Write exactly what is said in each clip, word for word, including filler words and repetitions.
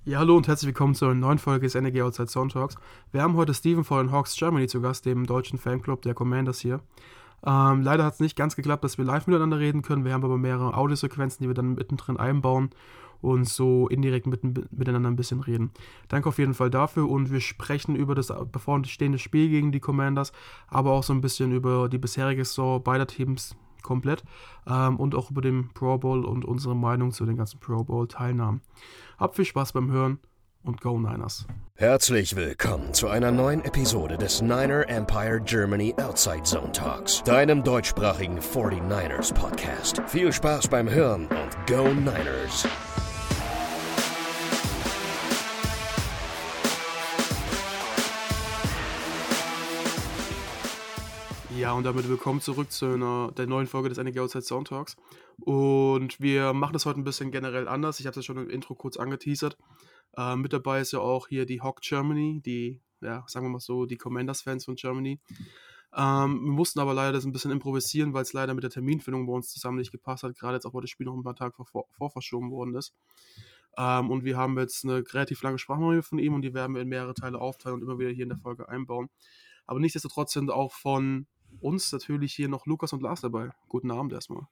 Ja, hallo und herzlich willkommen zur neuen Folge des N R G Outside Zone Talks. Wir haben heute Steven von Hawks Germany zu Gast, dem deutschen Fanclub der Commanders hier. Ähm, leider hat es nicht ganz geklappt, dass wir live miteinander reden können. Wir haben aber mehrere Audiosequenzen, die wir dann mittendrin einbauen und so indirekt mit, miteinander ein bisschen reden. Danke auf jeden Fall dafür und wir sprechen über das bevorstehende Spiel gegen die Commanders, aber auch so ein bisschen über die bisherige Saison beider Teams komplett ähm, und auch über den Pro Bowl und unsere Meinung zu den ganzen Pro Bowl-Teilnahmen. Habt viel Spaß beim Hören und Go Niners. Herzlich willkommen zu einer neuen Episode des Niner Empire Germany Outside Zone Talks, deinem deutschsprachigen forty-niners Podcast. Viel Spaß beim Hören und Go Niners! Ja, und damit willkommen zurück zu einer, der neuen Folge des N R G Outside Zone Talks. Und wir machen das heute ein bisschen generell anders. Ich habe das schon im Intro kurz angeteasert. Äh, mit dabei ist ja auch hier die Hawk Germany, die, ja, sagen wir mal so, die Commanders-Fans von Germany. Ähm, wir mussten aber leider das ein bisschen improvisieren, weil es leider mit der Terminfindung bei uns zusammen nicht gepasst hat, gerade jetzt auch, weil das Spiel noch ein paar Tage vor, vorverschoben worden ist. Ähm, und wir haben jetzt eine relativ lange Sprachmail von ihm und die werden wir in mehrere Teile aufteilen und immer wieder hier in der Folge einbauen. Aber nichtsdestotrotz sind auch von uns natürlich hier noch Lukas und Lars dabei. Guten Abend erstmal.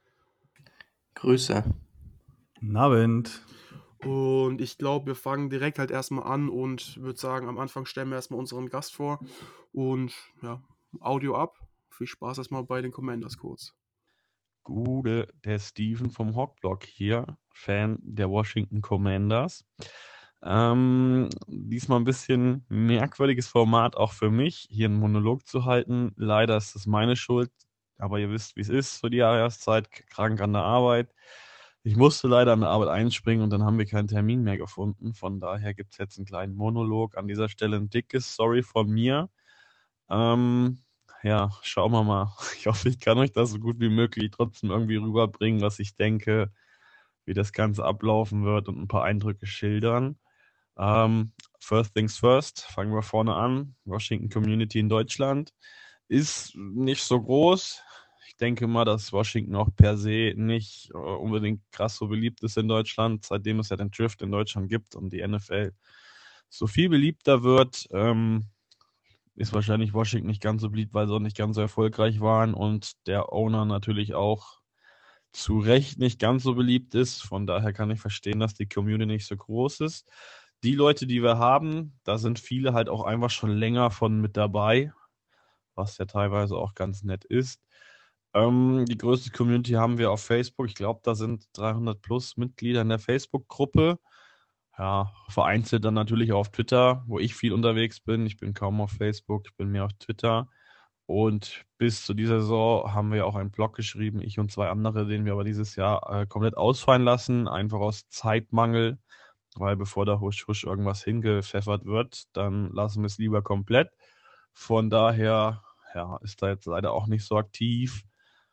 Grüße. Guten Abend. Und ich glaube, wir fangen direkt halt erstmal an und würde sagen, am Anfang stellen wir erstmal unseren Gast vor und ja, Audio ab. Viel Spaß erstmal bei den Commanders kurz. Gute, der Steven vom Hawkblock hier, Fan der Washington Commanders. Ähm, diesmal ein bisschen merkwürdiges Format auch für mich, hier einen Monolog zu halten. Leider ist das meine Schuld, aber ihr wisst, wie es ist für die Jahreszeit, krank an der Arbeit. Ich musste leider an der Arbeit einspringen und dann haben wir keinen Termin mehr gefunden. Von daher gibt es jetzt einen kleinen Monolog. An dieser Stelle ein dickes Sorry von mir. Ähm, ja, schauen wir mal. Ich hoffe, ich kann euch das so gut wie möglich trotzdem irgendwie rüberbringen, was ich denke, wie das Ganze ablaufen wird und ein paar Eindrücke schildern. Ähm, first things first, fangen wir vorne an. Washington Community in Deutschland ist nicht so groß. Ich denke mal, dass Washington auch per se nicht äh, unbedingt krass so beliebt ist in Deutschland, seitdem es ja den Drift in Deutschland gibt und die N F L so viel beliebter wird. Ähm, ist wahrscheinlich Washington nicht ganz so beliebt, weil sie auch nicht ganz so erfolgreich waren und der Owner natürlich auch zu Recht nicht ganz so beliebt ist. Von daher kann ich verstehen, dass die Community nicht so groß ist. Die Leute, die wir haben, da sind viele halt auch einfach schon länger von mit dabei, was ja teilweise auch ganz nett ist. Ähm, die größte Community haben wir auf Facebook. Ich glaube, da sind dreihundert plus Mitglieder in der Facebook-Gruppe. Ja, vereinzelt dann natürlich auch auf Twitter, wo ich viel unterwegs bin. Ich bin kaum auf Facebook, ich bin mehr auf Twitter. Und bis zu dieser Saison haben wir auch einen Blog geschrieben, ich und zwei andere, den wir aber dieses Jahr äh, komplett ausfallen lassen, einfach aus Zeitmangel, weil bevor da husch husch irgendwas hingepfeffert wird, dann lassen wir es lieber komplett. Von daher, ja, ist da jetzt leider auch nicht so aktiv.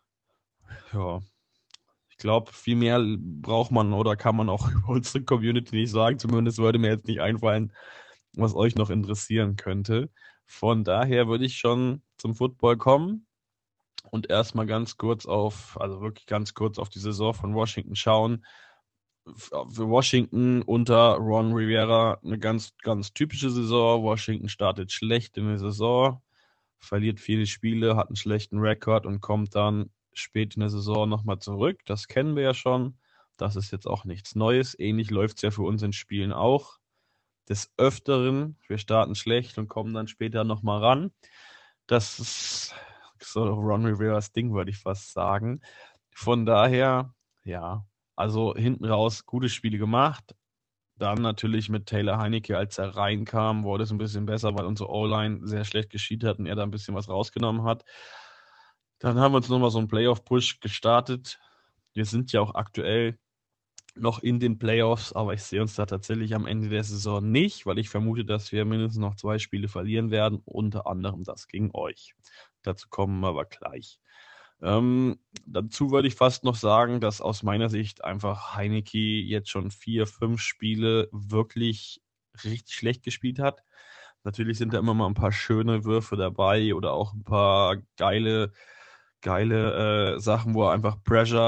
Ja, ich glaube, viel mehr braucht man oder kann man auch über unsere Community nicht sagen. Zumindest würde mir jetzt nicht einfallen, was euch noch interessieren könnte. Von daher würde ich schon zum Football kommen und erstmal ganz kurz auf, also wirklich ganz kurz auf die Saison von Washington schauen. Für Washington unter Ron Rivera eine ganz, ganz typische Saison. Washington startet schlecht in der Saison, verliert viele Spiele, hat einen schlechten Rekord und kommt dann spät in der Saison nochmal zurück. Das kennen wir ja schon. Das ist jetzt auch nichts Neues. Ähnlich läuft es ja für uns in Spielen auch. Des Öfteren, wir starten schlecht und kommen dann später nochmal ran. Das ist so Ron Riveras Ding, würde ich fast sagen. Von daher, ja, also hinten raus gute Spiele gemacht. Dann natürlich mit Taylor Heinicke, als er reinkam, wurde es ein bisschen besser, weil unsere O-Line sehr schlecht geschieden hat und er da ein bisschen was rausgenommen hat. Dann haben wir uns nochmal so einen Playoff-Push gestartet. Wir sind ja auch aktuell noch in den Playoffs, aber ich sehe uns da tatsächlich am Ende der Saison nicht, weil ich vermute, dass wir mindestens noch zwei Spiele verlieren werden, unter anderem das gegen euch. Dazu kommen wir aber gleich. Ähm, dazu würde ich fast noch sagen, dass aus meiner Sicht einfach Heinicke jetzt schon vier, fünf Spiele wirklich richtig schlecht gespielt hat. Natürlich sind da immer mal ein paar schöne Würfe dabei oder auch ein paar geile, geile äh, Sachen, wo er einfach Pressure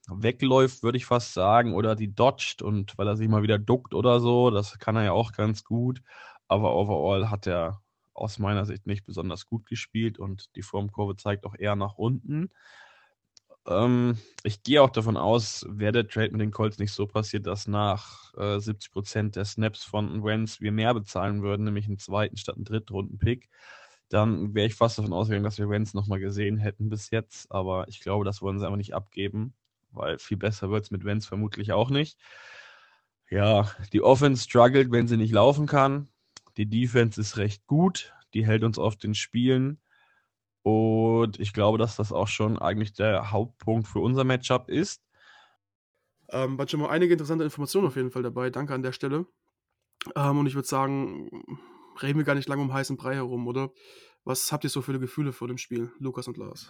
wegläuft, würde ich fast sagen, oder die dodgt und weil er sich mal wieder duckt oder so, das kann er ja auch ganz gut, aber overall hat er aus meiner Sicht nicht besonders gut gespielt und die Formkurve zeigt auch eher nach unten. Ähm, ich gehe auch davon aus, wäre der Trade mit den Colts nicht so passiert, dass nach äh, siebzig Prozent der Snaps von Wentz wir mehr bezahlen würden, nämlich einen zweiten statt einen Drittrunden-Pick, dann wäre ich fast davon ausgegangen, dass wir Wentz nochmal gesehen hätten bis jetzt, aber ich glaube, das wollen sie einfach nicht abgeben, weil viel besser wird es mit Wentz vermutlich auch nicht. Ja, die Offense struggelt, wenn sie nicht laufen kann. Die Defense ist recht gut, die hält uns auf den Spielen. Und ich glaube, dass das auch schon eigentlich der Hauptpunkt für unser Matchup ist. Ähm, waren schon mal einige interessante Informationen auf jeden Fall dabei. Danke an der Stelle. Ähm, und ich würde sagen, reden wir gar nicht lange um heißen Brei herum, oder? Was habt ihr so für Gefühle vor dem Spiel, Lukas und Lars?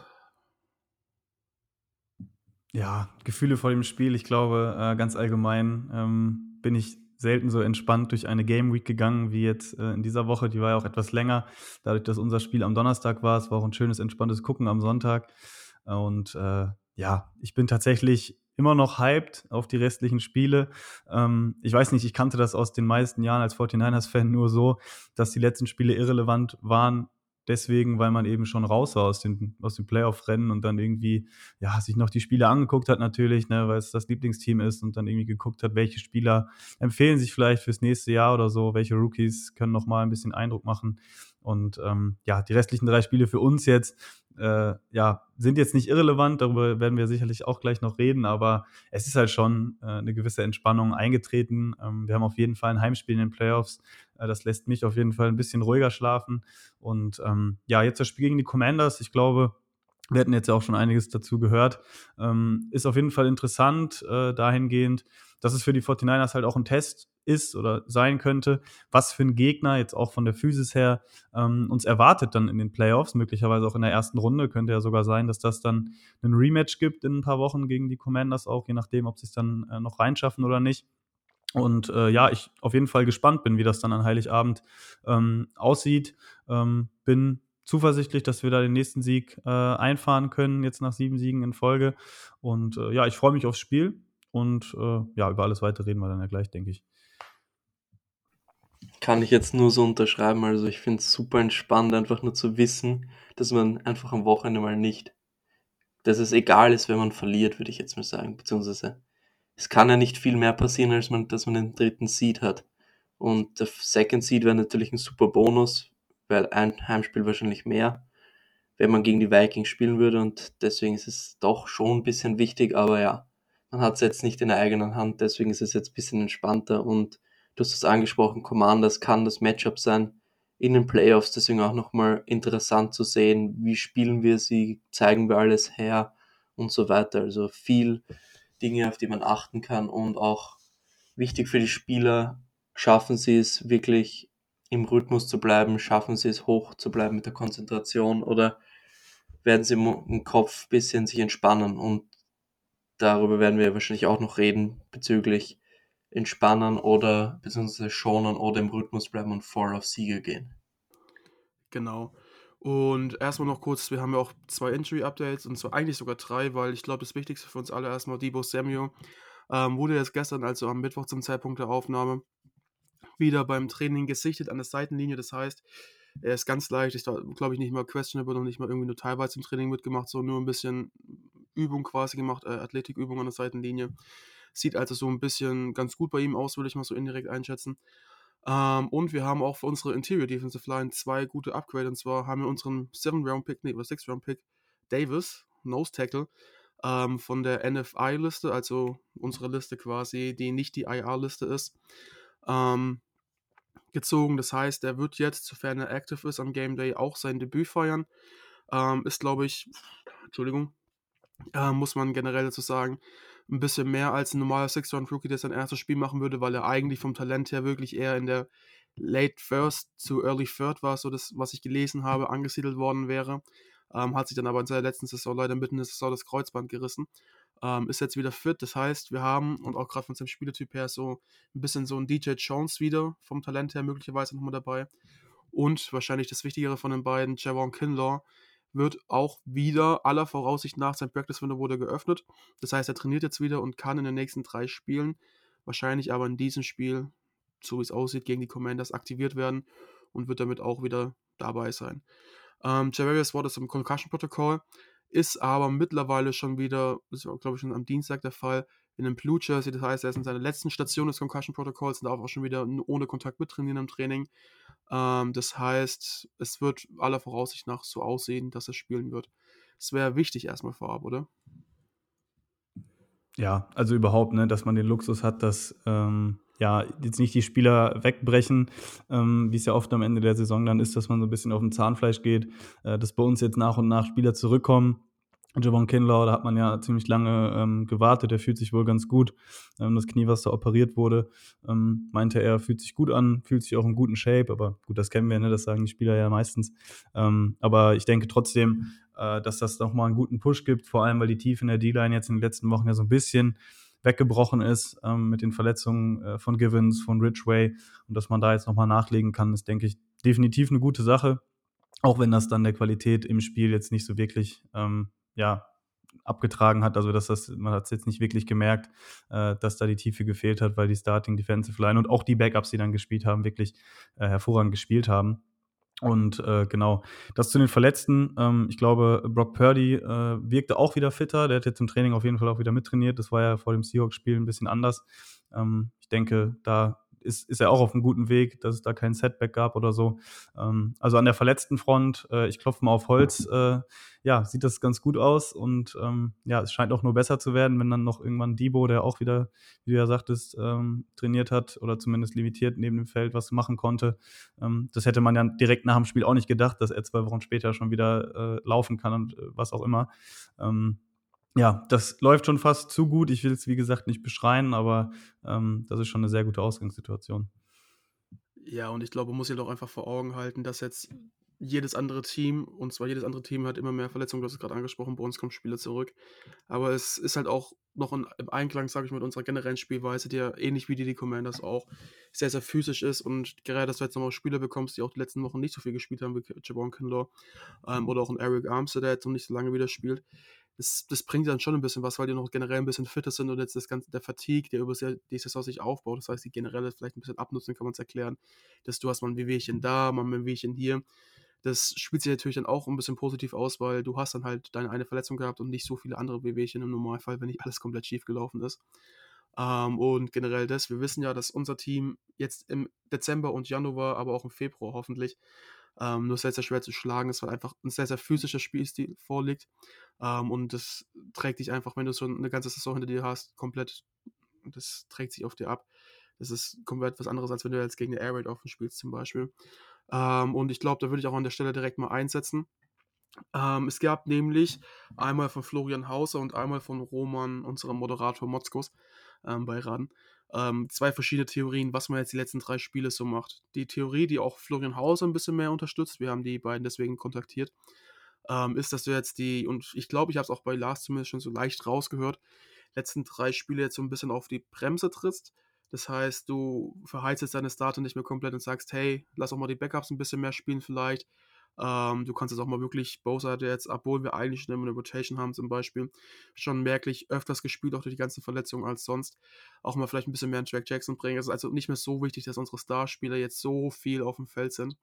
Ja, Gefühle vor dem Spiel. Ich glaube, äh, ganz allgemein ähm, bin ich selten so entspannt durch eine Game Week gegangen wie jetzt äh, in dieser Woche. Die war ja auch etwas länger, dadurch, dass unser Spiel am Donnerstag war. Es war auch ein schönes, entspanntes Gucken am Sonntag. Und äh, ja, ich bin tatsächlich immer noch hyped auf die restlichen Spiele. Ähm, ich weiß nicht, ich kannte das aus den meisten Jahren als forty-niners-Fan nur so, dass die letzten Spiele irrelevant waren. Deswegen, weil man eben schon raus war aus den, aus den Playoff-Rennen und dann irgendwie ja, sich noch die Spiele angeguckt hat natürlich, ne, weil es das Lieblingsteam ist und dann irgendwie geguckt hat, welche Spieler empfehlen sich vielleicht fürs nächste Jahr oder so, welche Rookies können noch mal ein bisschen Eindruck machen. Und ähm, ja, die restlichen drei Spiele für uns jetzt äh, ja, sind jetzt nicht irrelevant, darüber werden wir sicherlich auch gleich noch reden, aber es ist halt schon äh, eine gewisse Entspannung eingetreten. Ähm, wir haben auf jeden Fall ein Heimspiel in den Playoffs, äh, das lässt mich auf jeden Fall ein bisschen ruhiger schlafen. Und ähm, ja, jetzt das Spiel gegen die Commanders, ich glaube, wir hatten jetzt ja auch schon einiges dazu gehört. Ähm, ist auf jeden Fall interessant äh, dahingehend, dass es für die forty-niners halt auch ein Test ist oder sein könnte, was für ein Gegner jetzt auch von der Physis her ähm, uns erwartet dann in den Playoffs, möglicherweise auch in der ersten Runde. Könnte ja sogar sein, dass das dann ein Rematch gibt in ein paar Wochen gegen die Commanders auch, je nachdem, ob sie es dann äh, noch reinschaffen oder nicht. Und äh, ja, ich auf jeden Fall gespannt bin, wie das dann an Heiligabend ähm, aussieht. Ähm, bin zuversichtlich, dass wir da den nächsten Sieg äh, einfahren können, jetzt nach sieben Siegen in Folge. Und äh, ja, ich freue mich aufs Spiel. Und äh, ja, über alles Weitere reden wir dann ja gleich, denke ich. Kann ich jetzt nur so unterschreiben. Also ich finde es super entspannt, einfach nur zu wissen, dass man einfach am Wochenende mal nicht, dass es egal ist, wenn man verliert, würde ich jetzt mal sagen. Beziehungsweise es kann ja nicht viel mehr passieren, als man, dass man den dritten Seed hat. Und der Second Seed wäre natürlich ein super Bonus, weil ein Heimspiel wahrscheinlich mehr, wenn man gegen die Vikings spielen würde. Und deswegen ist es doch schon ein bisschen wichtig, aber ja, man hat es jetzt nicht in der eigenen Hand, deswegen ist es jetzt ein bisschen entspannter. Und du hast es angesprochen, Commanders kann das Matchup sein in den Playoffs, deswegen auch nochmal interessant zu sehen, wie spielen wir sie, zeigen wir alles her und so weiter. Also viel Dinge, auf die man achten kann und auch wichtig für die Spieler, schaffen sie es wirklich im Rhythmus zu bleiben, schaffen sie es hoch zu bleiben mit der Konzentration oder werden sie im Kopf ein bisschen sich entspannen und darüber werden wir wahrscheinlich auch noch reden bezüglich entspannen oder beziehungsweise schonen oder im Rhythmus bleiben und voll auf Siege gehen. Genau. Und erstmal noch kurz, wir haben ja auch zwei Injury-Updates und zwar eigentlich sogar drei, weil ich glaube, das Wichtigste für uns alle erstmal Deebo Samuel ähm, wurde jetzt gestern, also am Mittwoch zum Zeitpunkt der Aufnahme, wieder beim Training gesichtet an der Seitenlinie. Das heißt, er ist ganz leicht, ist da, glaube ich, nicht mal questionable und nicht mal irgendwie nur teilweise im Training mitgemacht, sondern nur ein bisschen Übung quasi gemacht, äh, Athletikübung an der Seitenlinie. Sieht also so ein bisschen ganz gut bei ihm aus, würde ich mal so indirekt einschätzen. Ähm, und wir haben auch für unsere Interior Defensive Line zwei gute Upgrades. Und zwar haben wir unseren Seven-Round-Pick, nee, oder Six-Round-Pick Davis, Nose Tackle, ähm, von der N F I-Liste, also unsere Liste quasi, die nicht die I R-Liste ist, ähm, gezogen. Das heißt, er wird jetzt, sofern er active ist am Game Day, auch sein Debüt feiern. Ähm, ist, glaube ich, Entschuldigung, äh, muss man generell dazu sagen, ein bisschen mehr als ein normaler Six-Round-Rookie, der sein erstes Spiel machen würde, weil er eigentlich vom Talent her wirklich eher in der Late First zu Early Third war, so das, was ich gelesen habe, angesiedelt worden wäre. Ähm, hat sich dann aber in seiner letzten Saison leider mitten in der Saison das Kreuzband gerissen. Ähm, ist jetzt wieder fit, das heißt, wir haben, und auch gerade von seinem Spielertyp her, so ein bisschen so ein D J Jones wieder, vom Talent her möglicherweise nochmal dabei. Und wahrscheinlich das Wichtigere von den beiden, Javon Kinlaw, wird auch wieder aller Voraussicht nach, sein Practice-Window wurde geöffnet. Das heißt, er trainiert jetzt wieder und kann in den nächsten drei Spielen, wahrscheinlich aber in diesem Spiel, so wie es aussieht, gegen die Commanders aktiviert werden und wird damit auch wieder dabei sein. Ähm, Javarius Ward ist im Concussion-Protokoll, ist aber mittlerweile schon wieder, das war glaube ich schon am Dienstag der Fall, in einem Blue Jersey, das heißt, er ist in seiner letzten Station des Concussion-Protokolls und darf auch schon wieder ohne Kontakt mittrainieren im Training. Ähm, das heißt, es wird aller Voraussicht nach so aussehen, dass er spielen wird. Das wäre wichtig erstmal vorab, oder? Ja, also überhaupt, ne, dass man den Luxus hat, dass ähm, ja jetzt nicht die Spieler wegbrechen, ähm, wie es ja oft am Ende der Saison dann ist, dass man so ein bisschen auf dem Zahnfleisch geht, äh, dass bei uns jetzt nach und nach Spieler zurückkommen. Javon Kinlaw, da hat man ja ziemlich lange ähm, gewartet, der fühlt sich wohl ganz gut. Ähm, das Knie, was da operiert wurde, ähm, meinte er, fühlt sich gut an, fühlt sich auch in guten Shape, aber gut, das kennen wir, ne? Das sagen die Spieler ja meistens. Ähm, aber ich denke trotzdem, äh, dass das nochmal einen guten Push gibt, vor allem, weil die Tiefe in der D-Line jetzt in den letzten Wochen ja so ein bisschen weggebrochen ist ähm, mit den Verletzungen äh, von Givens, von Ridgeway, und dass man da jetzt nochmal nachlegen kann, ist, denke ich, definitiv eine gute Sache, auch wenn das dann der Qualität im Spiel jetzt nicht so wirklich ähm, ja, abgetragen hat, also dass das, man hat es jetzt nicht wirklich gemerkt, äh, dass da die Tiefe gefehlt hat, weil die Starting Defensive Line und auch die Backups, die dann gespielt haben, wirklich äh, hervorragend gespielt haben. Und äh, genau, das zu den Verletzten. Ähm, ich glaube, Brock Purdy äh, wirkte auch wieder fitter. Der hat jetzt im Training auf jeden Fall auch wieder mittrainiert. Das war ja vor dem Seahawks-Spiel ein bisschen anders. Ähm, ich denke, da ist, ist er auch auf einem guten Weg, dass es da kein Setback gab oder so. Ähm, also an der verletzten Front, äh, ich klopfe mal auf Holz, äh, ja, sieht das ganz gut aus. Und ähm, ja, es scheint auch nur besser zu werden, wenn dann noch irgendwann Debo, der auch wieder, wie du ja sagtest, ähm, trainiert hat oder zumindest limitiert neben dem Feld was machen konnte. Ähm, das hätte man ja direkt nach dem Spiel auch nicht gedacht, dass er zwei Wochen später schon wieder äh, laufen kann und äh, was auch immer. Ähm, ja, das läuft schon fast zu gut. Ich will es, wie gesagt, nicht beschreien, aber ähm, das ist schon eine sehr gute Ausgangssituation. Ja, und ich glaube, man muss sich doch einfach vor Augen halten, dass jetzt jedes andere Team, und zwar jedes andere Team hat immer mehr Verletzungen, du hast es gerade angesprochen, bei uns kommen Spieler zurück. Aber es ist halt auch noch in, im Einklang, sage ich mal, mit unserer generellen Spielweise, die ja ähnlich wie die, die Commanders auch sehr, sehr physisch ist. Und gerade, dass du jetzt nochmal Spieler bekommst, die auch die letzten Wochen nicht so viel gespielt haben, wie Javon Kinlaw ähm, oder auch ein Eric Armstead, der jetzt noch nicht so lange wieder spielt. Das, das bringt dann schon ein bisschen was, weil die noch generell ein bisschen fitter sind und jetzt das ganze, der Fatigue, der über die Saison sich aufbaut, das heißt, die generell vielleicht ein bisschen abnutzen, kann man es erklären, dass du hast mal ein Wehwehchen da, mal ein Wehwehchen hier. Das spielt sich natürlich dann auch ein bisschen positiv aus, weil du hast dann halt deine eine Verletzung gehabt und nicht so viele andere Wehwehchen im Normalfall, wenn nicht alles komplett schief gelaufen ist. Ähm, und generell das, wir wissen ja, dass unser Team jetzt im Dezember und Januar, aber auch im Februar hoffentlich, ähm, nur sehr, sehr schwer zu schlagen ist, weil einfach ein sehr, sehr physischer Spielstil vorliegt. Ähm, und das trägt dich einfach, wenn du so eine ganze Saison hinter dir hast, komplett, das trägt sich auf dir ab. Das ist komplett was anderes, als wenn du jetzt gegen eine Air Raid offen spielst zum Beispiel. Ähm, und ich glaube, da würde ich auch an der Stelle direkt mal einsetzen. Ähm, es gab nämlich einmal von Florian Hauser und einmal von Roman, unserem Moderator Motzkos, ähm, bei Raden, ähm, zwei verschiedene Theorien, was man jetzt die letzten drei Spiele so macht. Die Theorie, die auch Florian Hauser ein bisschen mehr unterstützt, wir haben die beiden deswegen kontaktiert, ähm, ist, dass du jetzt die, und ich glaube, ich habe es auch bei Lars zumindest schon so leicht rausgehört, letzten drei Spiele jetzt so ein bisschen auf die Bremse trittst. Das heißt, du verheizt jetzt deine Starter nicht mehr komplett und sagst, hey, lass auch mal die Backups ein bisschen mehr spielen vielleicht. Ähm, du kannst jetzt auch mal wirklich, Bosa hat ja jetzt, obwohl wir eigentlich schon immer eine Rotation haben zum Beispiel, schon merklich öfters gespielt, auch durch die ganzen Verletzungen als sonst. Auch mal vielleicht ein bisschen mehr in Jack Jackson bringen. Es ist also nicht mehr so wichtig, dass unsere Starspieler jetzt so viel auf dem Feld sind.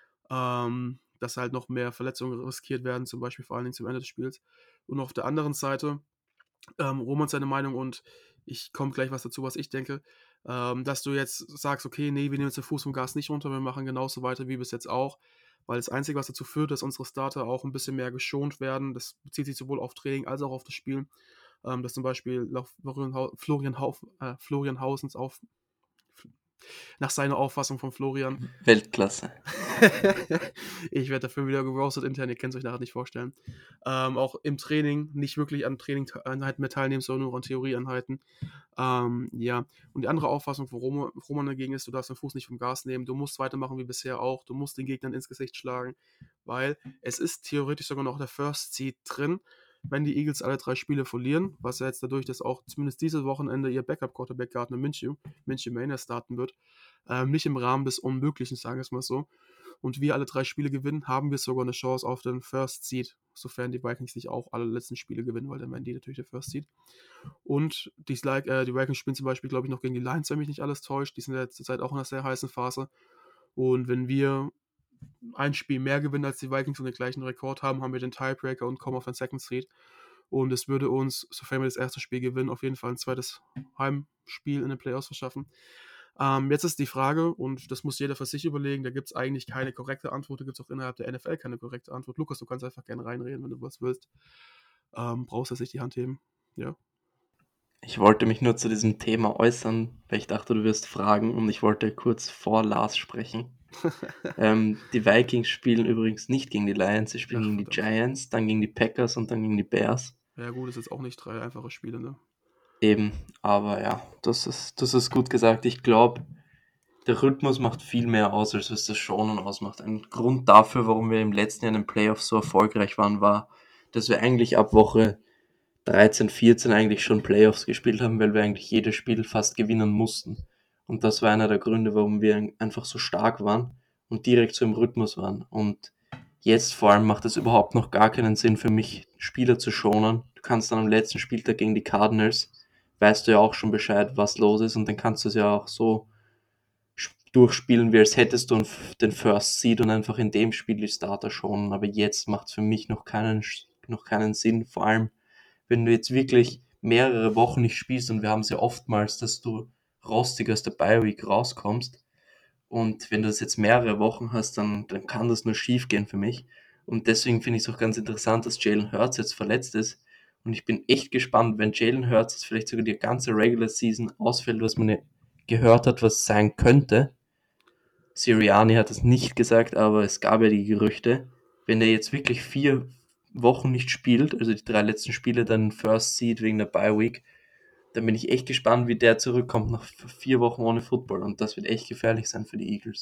Ähm, dass halt noch mehr Verletzungen riskiert werden, zum Beispiel vor allen Dingen zum Ende des Spiels. Und auf der anderen Seite, ähm, Roman seine Meinung und ich komme gleich was dazu, was ich denke, ähm, dass du jetzt sagst, okay, nee, wir nehmen jetzt den Fuß vom Gas nicht runter, wir machen genauso weiter wie bis jetzt auch, weil das Einzige, was dazu führt, dass unsere Starter auch ein bisschen mehr geschont werden, das bezieht sich sowohl auf Training als auch auf das Spiel, ähm, dass zum Beispiel Florian, Hau- Florian, Hauf, äh, Florian Hausens auf, nach seiner Auffassung von Florian, Weltklasse. ich werde dafür wieder geroastet intern, ihr könnt es euch nachher nicht vorstellen. Ähm, auch im Training nicht wirklich an Trainingeinheiten mehr teilnehmen, sondern nur an Theorieeinheiten. Ähm, ja, und die andere Auffassung von Roman, Roman dagegen ist, du darfst den Fuß nicht vom Gas nehmen, du musst weitermachen wie bisher auch, du musst den Gegnern ins Gesicht schlagen, weil es ist theoretisch sogar noch der First Seed drin, wenn die Eagles alle drei Spiele verlieren, was ja jetzt dadurch, dass auch zumindest dieses Wochenende ihr Backup-Quarterback Gardner Minshew, Minshew Mania starten wird, ähm, nicht im Rahmen des Unmöglichen, sagen wir es mal so. und wir alle drei Spiele gewinnen, haben wir sogar eine Chance auf den First Seed, sofern die Vikings nicht auch alle letzten Spiele gewinnen, weil dann werden die natürlich der First Seed. Und die, äh, die Vikings spielen zum Beispiel, glaube ich, noch gegen die Lions, wenn mich nicht alles täuscht. Die sind ja zurzeit auch in einer sehr heißen Phase. Und wenn wir ein Spiel mehr gewinnen als die Vikings und den gleichen Rekord haben, haben wir den Tiebreaker und kommen auf den Second Seed. Und es würde uns, sofern wir das erste Spiel gewinnen, auf jeden Fall ein zweites Heimspiel in den Playoffs verschaffen. Ähm, jetzt ist die Frage, und das muss jeder für sich überlegen, da gibt es eigentlich keine korrekte Antwort, da gibt es auch innerhalb der N F L keine korrekte Antwort. Lukas, du kannst einfach gerne reinreden, wenn du was willst. Ähm, brauchst du jetzt nicht die Hand heben. Ja. Ich wollte mich nur zu diesem Thema äußern, weil ich dachte, du wirst fragen und ich wollte kurz vor Lars sprechen. ähm, die Vikings spielen übrigens nicht gegen die Lions, sie spielen Ach, gegen die verdammt. Giants, dann gegen die Packers und dann gegen die Bears. Ja gut, das ist jetzt auch nicht drei einfache Spiele, ne? Eben, aber ja, das ist, das ist gut gesagt. Ich glaube, der Rhythmus macht viel mehr aus, als was das Schonen ausmacht. Ein Grund dafür, warum wir im letzten Jahr in den Playoffs so erfolgreich waren, war, dass wir eigentlich ab Woche dreizehn, vierzehn eigentlich schon Playoffs gespielt haben, weil wir eigentlich jedes Spiel fast gewinnen mussten. Und das war einer der Gründe, warum wir einfach so stark waren und direkt so im Rhythmus waren. Und jetzt vor allem macht es überhaupt noch gar keinen Sinn für mich, Spieler zu schonen. Du kannst dann am letzten Spieltag gegen die Cardinals, weißt du ja auch schon Bescheid, was los ist, und dann kannst du es ja auch so durchspielen, wie als hättest du den First Seed und einfach in dem Spiel die Starter schonen. Aber jetzt macht es für mich noch keinen, noch keinen Sinn, vor allem wenn du jetzt wirklich mehrere Wochen nicht spielst, und wir haben es ja oftmals, dass du rostig aus der Bye-Week rauskommst, und wenn du das jetzt mehrere Wochen hast, dann, dann kann das nur schief gehen für mich. Und deswegen finde ich es auch ganz interessant, dass Jalen Hurts jetzt verletzt ist. Und ich bin echt gespannt, wenn Jalen Hurts jetzt vielleicht sogar die ganze Regular Season ausfällt, was man ja gehört hat, was sein könnte. Sirianni hat es nicht gesagt, aber es gab ja die Gerüchte. Wenn er jetzt wirklich vier Wochen nicht spielt, also die drei letzten Spiele, dann First Seed wegen der Bye Week, dann bin ich echt gespannt, wie der zurückkommt nach vier Wochen ohne Football, und das wird echt gefährlich sein für die Eagles.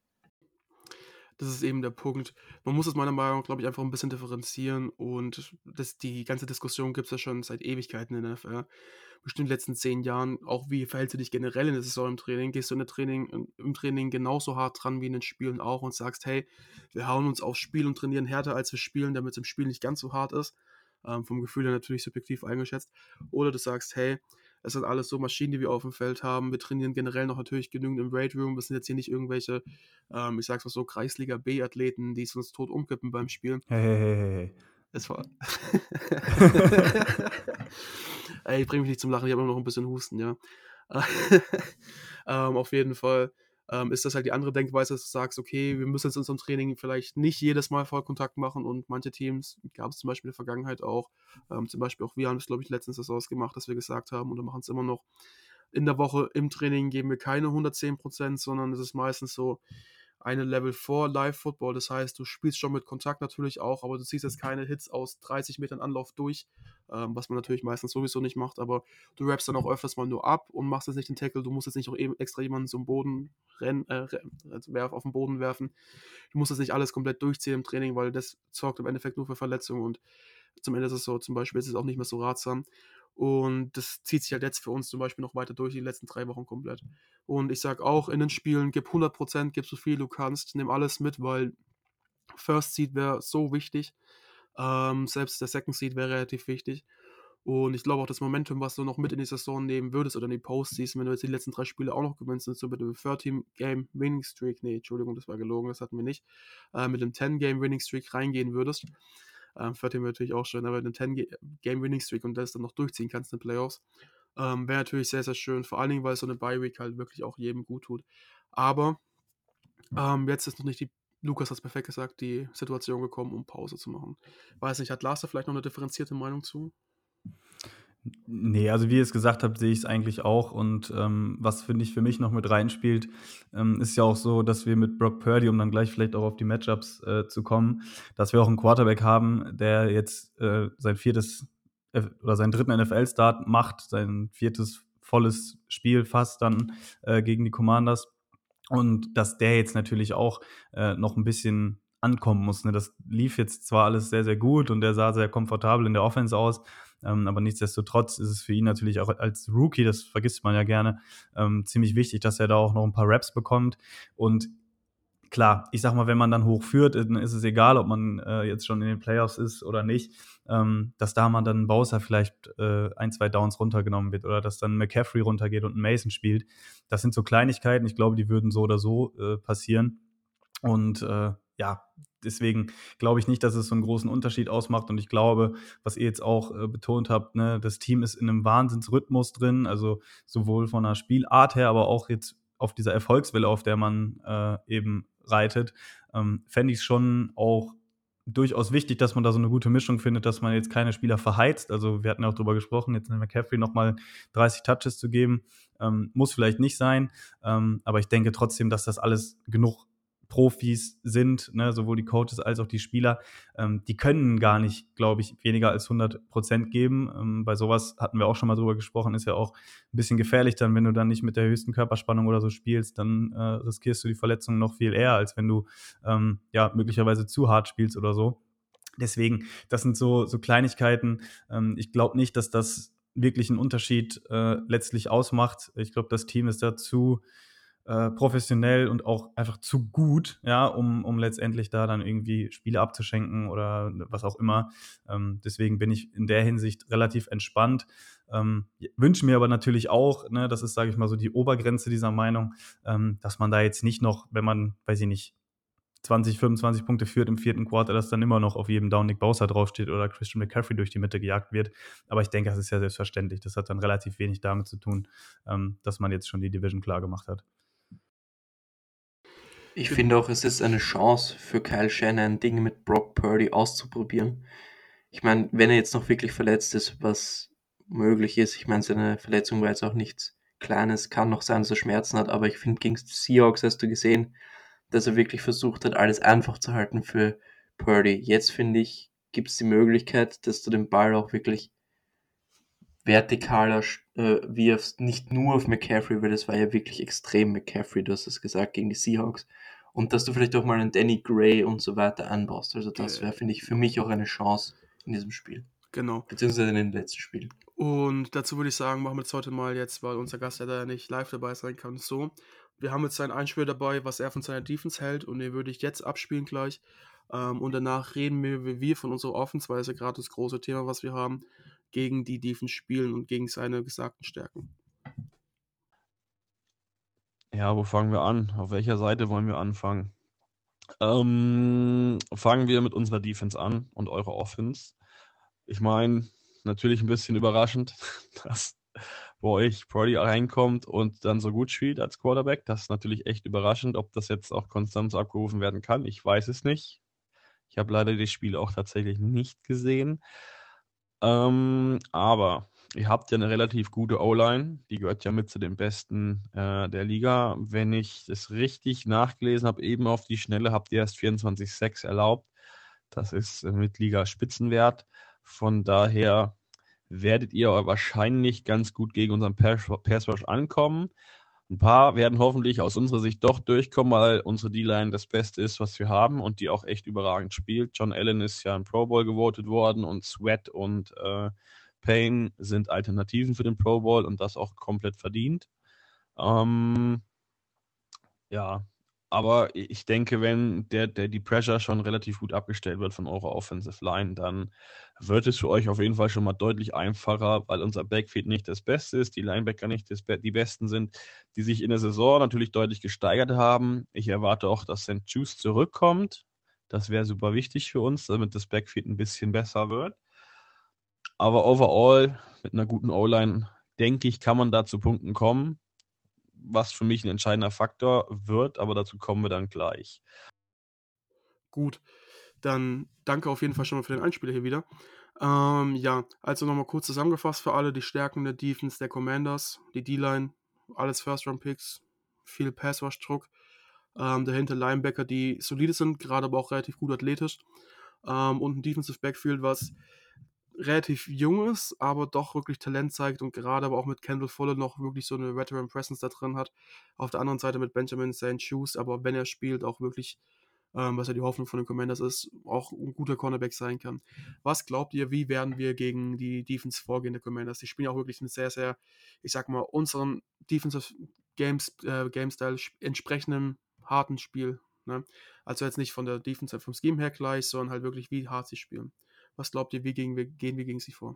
Das ist eben der Punkt. Man muss es meiner Meinung nach, glaube ich, einfach ein bisschen differenzieren, und das, die ganze Diskussion gibt es ja schon seit Ewigkeiten in der N F L. Bestimmt in den letzten zehn Jahren, auch wie verhältst du dich generell in der Saison im Training? Gehst du in der Training, im Training genauso hart dran wie in den Spielen auch und sagst, hey, wir hauen uns aufs Spiel und trainieren härter, als wir spielen, damit es im Spiel nicht ganz so hart ist. Ähm, vom Gefühl her natürlich subjektiv eingeschätzt. Oder du sagst, hey, es sind alles so Maschinen, die wir auf dem Feld haben. Wir trainieren generell noch natürlich genügend im Weight Room. Wir sind jetzt hier nicht irgendwelche, ähm, ich sag's mal so, Kreisliga B-Athleten, die es uns tot umkippen beim Spielen. Hey, hey, hey, hey. Es war. Ey, bring mich nicht zum Lachen, ich habe immer noch ein bisschen Husten, ja. ähm, auf jeden Fall ähm, ist das halt die andere Denkweise, dass du sagst, okay, wir müssen jetzt in unserem Training vielleicht nicht jedes Mal Vollkontakt machen, und manche Teams, gab es zum Beispiel in der Vergangenheit auch, ähm, zum Beispiel auch wir haben es, glaube ich, letztens das ausgemacht, dass wir gesagt haben, und wir machen es immer noch, in der Woche im Training geben wir keine hundertzehn Prozent, sondern es ist meistens so eine Level vor Live-Football. Das heißt, du spielst schon mit Kontakt natürlich auch, aber du ziehst jetzt keine Hits aus dreißig Metern Anlauf durch, ähm, was man natürlich meistens sowieso nicht macht, aber du rappst dann auch öfters mal nur ab und machst jetzt nicht den Tackle. Du musst jetzt nicht auch eben extra jemanden zum Boden rennen, äh, also werf, auf den Boden werfen. Du musst jetzt nicht alles komplett durchziehen im Training, weil das sorgt im Endeffekt nur für Verletzungen, und zum Ende ist es so, zum Beispiel ist es auch nicht mehr so ratsam. Und das zieht sich halt jetzt für uns zum Beispiel noch weiter durch, die letzten drei Wochen komplett. Und ich sag auch, in den Spielen, gib hundert Prozent, gib so viel du kannst, nimm alles mit, weil First Seed wäre so wichtig. Ähm, selbst der Second Seed wäre relativ wichtig. Und ich glaube auch, das Momentum, was du noch mit in die Saison nehmen würdest oder in die Postseason, wenn du jetzt die letzten drei Spiele auch noch gewinnst, so mit dem dreizehn-Game-Winning-Streak, nee, Entschuldigung, das war gelogen, das hatten wir nicht, äh, mit dem zehn-Game-Winning-Streak reingehen würdest, ähm, vierzehn wäre natürlich auch schön, aber mit einem zehn-Game-Winning-Streak und das dann noch durchziehen kannst in den Playoffs, ähm, wäre natürlich sehr, sehr schön, vor allen Dingen, weil so eine Bye-Week halt wirklich auch jedem gut tut. Aber ähm, jetzt ist noch nicht die, Lukas hat es perfekt gesagt, die Situation gekommen, um Pause zu machen. Weiß nicht, hat Lars da vielleicht noch eine differenzierte Meinung zu? Nee, also wie ihr es gesagt habt, sehe ich es eigentlich auch. Und ähm, was, finde ich, für mich noch mit reinspielt, ähm, ist ja auch so, dass wir mit Brock Purdy, um dann gleich vielleicht auch auf die Matchups äh, zu kommen, dass wir auch einen Quarterback haben, der jetzt äh, sein viertes F- oder seinen dritten N F L-Start macht, sein viertes volles Spiel fast dann äh, gegen die Commanders. Und dass der jetzt natürlich auch äh, noch ein bisschen ankommen muss. Ne? Das lief jetzt zwar alles sehr, sehr gut und der sah sehr komfortabel in der Offense aus, ähm, aber nichtsdestotrotz ist es für ihn natürlich auch als Rookie, das vergisst man ja gerne, ähm, ziemlich wichtig, dass er da auch noch ein paar Raps bekommt. Und klar, ich sag mal, wenn man dann hoch führt, dann ist es egal, ob man äh, jetzt schon in den Playoffs ist oder nicht, ähm, dass da man dann Bowser vielleicht äh, ein, zwei Downs runtergenommen wird oder dass dann McCaffrey runtergeht und ein Mason spielt. Das sind so Kleinigkeiten, ich glaube, die würden so oder so äh, passieren. Und äh, ja, deswegen glaube ich nicht, dass es so einen großen Unterschied ausmacht. Und ich glaube, was ihr jetzt auch äh, betont habt, ne, das Team ist in einem Wahnsinnsrhythmus drin, also sowohl von der Spielart her, aber auch jetzt auf dieser Erfolgswelle, auf der man äh, eben reitet, ähm, fände ich es schon auch durchaus wichtig, dass man da so eine gute Mischung findet, dass man jetzt keine Spieler verheizt. Also wir hatten ja auch drüber gesprochen, jetzt in McCaffrey nochmal dreißig Touches zu geben, ähm, muss vielleicht nicht sein, ähm, aber ich denke trotzdem, dass das alles genug Profis sind, ne, sowohl die Coaches als auch die Spieler, ähm, die können gar nicht, glaube ich, weniger als hundert Prozent geben. Ähm, bei sowas hatten wir auch schon mal drüber gesprochen, ist ja auch ein bisschen gefährlich dann, wenn du dann nicht mit der höchsten Körperspannung oder so spielst, dann äh, riskierst du die Verletzung noch viel eher, als wenn du ähm, ja möglicherweise zu hart spielst oder so. Deswegen, das sind so, so Kleinigkeiten. Ähm, ich glaube nicht, dass das wirklich einen Unterschied äh, letztlich ausmacht. Ich glaube, das Team ist dazu äh, professionell und auch einfach zu gut, ja, um, um letztendlich da dann irgendwie Spiele abzuschenken oder was auch immer. Ähm, deswegen bin ich in der Hinsicht relativ entspannt. Ähm, wünsche mir aber natürlich auch, ne, das ist, sage ich mal, so die Obergrenze dieser Meinung, ähm, dass man da jetzt nicht noch, wenn man, weiß ich nicht, zwanzig, fünfundzwanzig Punkte führt im vierten Quarter, dass dann immer noch auf jedem Down Nick Bosa draufsteht oder Christian McCaffrey durch die Mitte gejagt wird. Aber ich denke, das ist ja selbstverständlich. Das hat dann relativ wenig damit zu tun, ähm, dass man jetzt schon die Division klar gemacht hat. Ich finde auch, es ist eine Chance für Kyle Shanahan, Dinge mit Brock Purdy auszuprobieren. Ich meine, wenn er jetzt noch wirklich verletzt ist, was möglich ist, ich meine, seine Verletzung war jetzt auch nichts Kleines, kann noch sein, dass er Schmerzen hat, aber ich finde, gegen die Seahawks hast du gesehen, dass er wirklich versucht hat, alles einfach zu halten für Purdy. Jetzt, finde ich, gibt es die Möglichkeit, dass du den Ball auch wirklich vertikaler äh, wirfst, nicht nur auf McCaffrey, weil das war ja wirklich extrem McCaffrey, du hast es gesagt, gegen die Seahawks. Und dass du vielleicht auch mal einen Danny Gray und so weiter anbaust. Also das wäre, finde ich, für mich auch eine Chance in diesem Spiel. Genau. Beziehungsweise in den letzten Spielen. Und dazu würde ich sagen, machen wir jetzt heute mal jetzt, weil unser Gast ja da nicht live dabei sein kann, so. Wir haben jetzt sein Einspiel dabei, was er von seiner Defense hält, und den würde ich jetzt abspielen gleich. Ähm, und danach reden wir, wie wir von unserer Offense, weil es ja gerade das große Thema, was wir haben, gegen die Defense spielen und gegen seine gesagten Stärken. Ja, wo fangen wir an? Auf welcher Seite wollen wir anfangen? Ähm, fangen wir mit unserer Defense an und eurer Offense. Ich meine, natürlich ein bisschen überraschend, dass bei euch Purdy reinkommt und dann so gut spielt als Quarterback. Das ist natürlich echt überraschend. Ob das jetzt auch konstant so abgerufen werden kann, ich weiß es nicht. Ich habe leider das Spiel auch tatsächlich nicht gesehen. Ähm, aber ihr habt ja eine relativ gute O-Line. Die gehört ja mit zu den besten äh, der Liga. Wenn ich das richtig nachgelesen habe, eben auf die Schnelle, habt ihr erst vierundzwanzig Komma sechs erlaubt. Das ist äh, mit Liga-Spitzenwert. Von daher werdet ihr wahrscheinlich ganz gut gegen unseren Pass Rush ankommen. Ein paar werden hoffentlich aus unserer Sicht doch durchkommen, weil unsere D-Line das Beste ist, was wir haben und die auch echt überragend spielt. John Allen ist ja im Pro Bowl gewotet worden und Sweat und äh, Payne sind Alternativen für den Pro Bowl und das auch komplett verdient. Ähm, ja, aber ich denke, wenn der, der die Pressure schon relativ gut abgestellt wird von eurer Offensive Line, dann wird es für euch auf jeden Fall schon mal deutlich einfacher, weil unser Backfield nicht das Beste ist, die Linebacker nicht das, die Besten sind, die sich in der Saison natürlich deutlich gesteigert haben. Ich erwarte auch, dass Saint Juice zurückkommt. Das wäre super wichtig für uns, damit das Backfield ein bisschen besser wird. Aber overall, mit einer guten O-Line, denke ich, kann man da zu Punkten kommen, was für mich ein entscheidender Faktor wird, aber dazu kommen wir dann gleich. Gut, dann danke auf jeden Fall schon mal für den Einspieler hier wieder. Ähm, ja, also nochmal kurz zusammengefasst für alle, die Stärken der Defense der Commanders, die D-Line, alles First-Round-Picks, viel Pass-Rush-Druck, ähm, dahinter Linebacker, die solide sind, gerade aber auch relativ gut athletisch, ähm, und ein Defensive Backfield, was relativ jung ist, aber doch wirklich Talent zeigt und gerade aber auch mit Kendall Fuller noch wirklich so eine Veteran Presence da drin hat. Auf der anderen Seite mit Benjamin Saint Juice, aber wenn er spielt, auch wirklich, ähm, was ja die Hoffnung von den Commanders ist, auch ein guter Cornerback sein kann. Was glaubt ihr, wie werden wir gegen die Defense vorgehen der Commanders? Die spielen ja auch wirklich einen sehr, sehr, ich sag mal, unseren Defensive Games, äh, Game Style entsprechenden harten Spiel. Ne? Also jetzt nicht von der Defense, vom Scheme her gleich, sondern halt wirklich, wie hart sie spielen. Was glaubt ihr, wie gegen, wir, gehen wir gegen sie vor?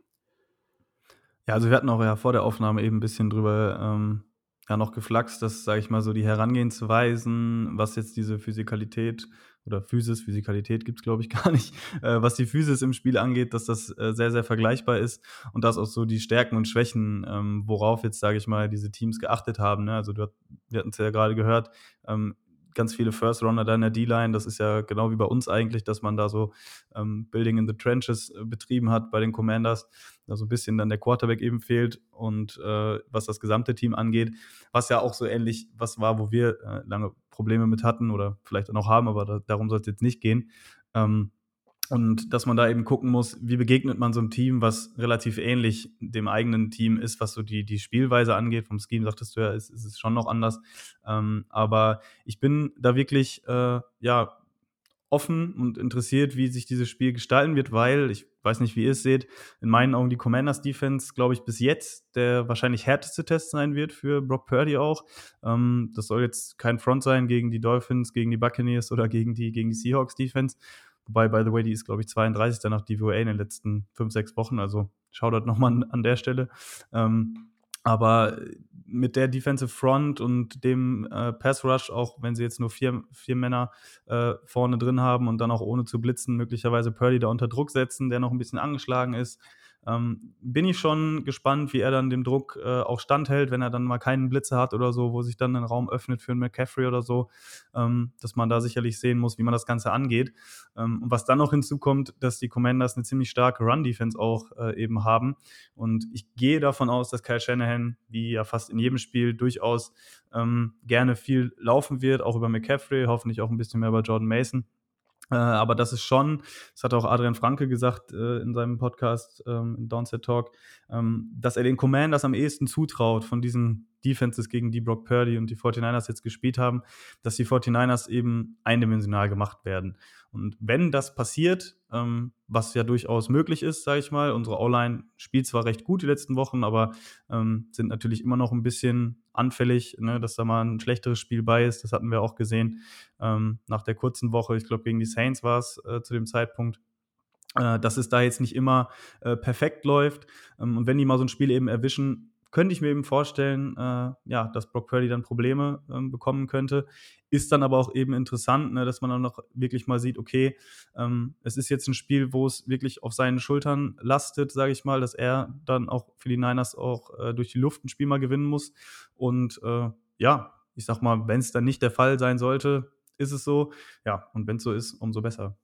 Ja, also wir hatten auch ja vor der Aufnahme eben ein bisschen drüber ähm, ja noch geflaxt, dass, sage ich mal, so die Herangehensweisen, was jetzt diese Physikalität oder Physis, Physikalität gibt's glaube ich gar nicht, äh, was die Physis im Spiel angeht, dass das äh, sehr, sehr vergleichbar ist und dass auch so die Stärken und Schwächen, ähm, worauf jetzt, sage ich mal, diese Teams geachtet haben. Ne? Also du hat, wir hatten es ja gerade gehört, ähm, ganz viele First-Rounder da in der D-Line. Das ist ja genau wie bei uns eigentlich, dass man da so ähm, Building in the Trenches äh, betrieben hat bei den Commanders. Da so ein bisschen dann der Quarterback eben fehlt und äh, was das gesamte Team angeht, was ja auch so ähnlich was war, wo wir äh, lange Probleme mit hatten oder vielleicht auch noch haben, aber da, darum soll es jetzt nicht gehen. Ähm, und dass man da eben gucken muss, wie begegnet man so einem Team, was relativ ähnlich dem eigenen Team ist, was so die, die Spielweise angeht. Vom Scheme sagtest du ja, ist, ist es schon noch anders. Ähm, aber ich bin da wirklich, äh, ja, offen und interessiert, wie sich dieses Spiel gestalten wird, weil, ich weiß nicht, wie ihr es seht, in meinen Augen die Commanders Defense, glaube ich, bis jetzt der wahrscheinlich härteste Test sein wird für Brock Purdy auch. Ähm, das soll jetzt kein Front sein gegen die Dolphins, gegen die Buccaneers oder gegen die, gegen die Seahawks Defense. Wobei, by the way, die ist, glaube ich, zweiunddreißig nach D V A in den letzten fünf, sechs Wochen. Also Shoutout nochmal an, an der Stelle. Ähm, aber mit der Defensive Front und dem äh, Pass Rush, auch wenn sie jetzt nur vier, vier Männer äh, vorne drin haben und dann auch ohne zu blitzen möglicherweise Purdy da unter Druck setzen, der noch ein bisschen angeschlagen ist, ähm, bin ich schon gespannt, wie er dann dem Druck äh, auch standhält, wenn er dann mal keinen Blitzer hat oder so, wo sich dann ein Raum öffnet für einen McCaffrey oder so, ähm, dass man da sicherlich sehen muss, wie man das Ganze angeht. Ähm, und was dann noch hinzukommt, dass die Commanders eine ziemlich starke Run-Defense auch äh, eben haben. Und ich gehe davon aus, dass Kyle Shanahan, wie ja fast in jedem Spiel, durchaus ähm, gerne viel laufen wird, auch über McCaffrey, hoffentlich auch ein bisschen mehr über Jordan Mason. Äh, aber das ist schon, das hat auch Adrian Franke gesagt äh, in seinem Podcast ähm, in Downset Talk, ähm, dass er den Commanders am ehesten zutraut von diesen Defenses, gegen die Brock Purdy und die forty-niners jetzt gespielt haben, dass die forty-niners eben eindimensional gemacht werden. Und wenn das passiert, ähm, was ja durchaus möglich ist, sage ich mal, unsere O-Line spielt zwar recht gut die letzten Wochen, aber ähm, sind natürlich immer noch ein bisschen anfällig, ne, dass da mal ein schlechteres Spiel bei ist. Das hatten wir auch gesehen ähm, nach der kurzen Woche. Ich glaube, gegen die Saints war es äh, zu dem Zeitpunkt. Äh, dass es da jetzt nicht immer äh, perfekt läuft. Ähm, und wenn die mal so ein Spiel eben erwischen, könnte ich mir eben vorstellen, äh, ja, dass Brock Purdy dann Probleme ähm, bekommen könnte. Ist dann aber auch eben interessant, ne, dass man dann noch wirklich mal sieht, okay, ähm, es ist jetzt ein Spiel, wo es wirklich auf seinen Schultern lastet, sage ich mal, dass er dann auch für die Niners auch äh, durch die Luft ein Spiel mal gewinnen muss. Und äh, ja, ich sag mal, wenn es dann nicht der Fall sein sollte, ist es so. Ja, und wenn es so ist, umso besser.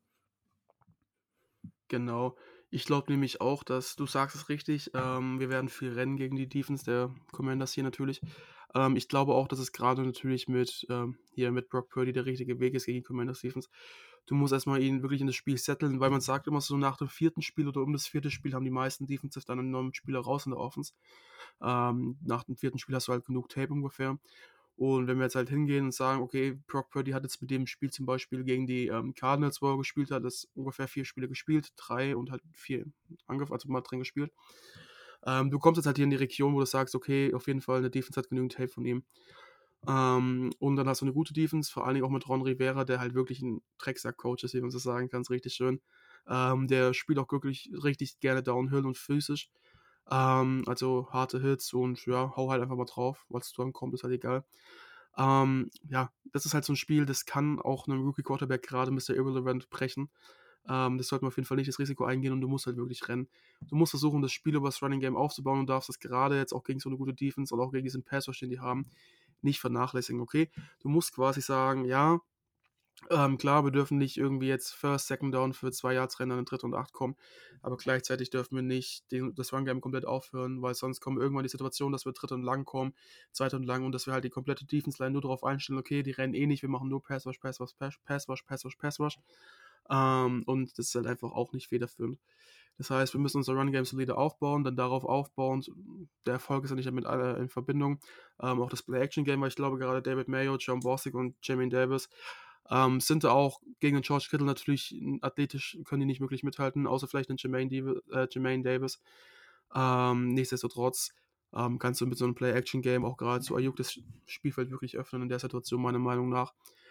Genau. Ich glaube nämlich auch, dass du sagst es richtig, ähm, wir werden viel rennen gegen die Defense der Commanders hier natürlich. Ähm, ich glaube auch, dass es gerade natürlich mit ähm, hier mit Brock Purdy der richtige Weg ist gegen die Commanders Defense. Du musst erstmal ihn wirklich in das Spiel setteln, weil man sagt immer so, nach dem vierten Spiel oder um das vierte Spiel haben die meisten Defensive dann einen neuen Spieler raus in der Offense. Ähm, nach dem vierten Spiel hast du halt genug Tape ungefähr. Und wenn wir jetzt halt hingehen und sagen, okay, Brock Purdy hat jetzt mit dem Spiel zum Beispiel gegen die ähm, Cardinals, wo er gespielt hat, das ungefähr vier Spiele gespielt, drei und halt vier Angriff, also mal drin gespielt. Ähm, du kommst jetzt halt hier in die Region, wo du sagst, okay, auf jeden Fall eine Defense hat genügend Tape von ihm. Ähm, und dann hast du eine gute Defense, vor allen Dingen auch mit Ron Rivera, der halt wirklich ein Drecksack-Coach ist, wie man so sagen kann, ist richtig schön. Ähm, der spielt auch wirklich richtig gerne Downhill und physisch. Ähm, also harte Hits und ja, hau halt einfach mal drauf, was dann kommt, ist halt egal. Ähm, ja, das ist halt so ein Spiel, das kann auch einem Rookie-Quarterback gerade Mister Irrelevant brechen. Ähm, das sollte man auf jeden Fall nicht das Risiko eingehen und du musst halt wirklich rennen. Du musst versuchen, das Spiel über das Running Game aufzubauen und darfst das gerade jetzt auch gegen so eine gute Defense oder auch gegen diesen Pass, den die haben, nicht vernachlässigen, okay? Du musst quasi sagen, ja, ähm, klar, wir dürfen nicht irgendwie jetzt First, Second Down für zwei Yards rennen, dann dritte und acht kommen, aber gleichzeitig dürfen wir nicht den, das Run-Game komplett aufhören, weil sonst kommen irgendwann die Situation, dass wir dritte und lang kommen, zweite und lang und dass wir halt die komplette Defense-Line nur darauf einstellen, okay, die rennen eh nicht, wir machen nur Pass-Rush, Pass-Rush, Pass-Rush, Pass-Rush, Pass-Rush ähm, und das ist halt einfach auch nicht federführend. Das heißt, wir müssen unser Run-Game solide aufbauen, dann darauf aufbauend, der Erfolg ist ja nicht damit äh, in Verbindung, ähm, auch das Play-Action-Game, weil ich glaube gerade David Mayo, John Bostic und Jermaine Davis ähm, sind da auch gegen den George Kittle natürlich athletisch, können die nicht wirklich mithalten, außer vielleicht den Jermaine, Dav- äh, Jermaine Davis. Ähm, nichtsdestotrotz ähm, kannst du mit so einem Play-Action-Game auch gerade zu Ayuk das Spielfeld wirklich öffnen in der Situation, meiner Meinung nach.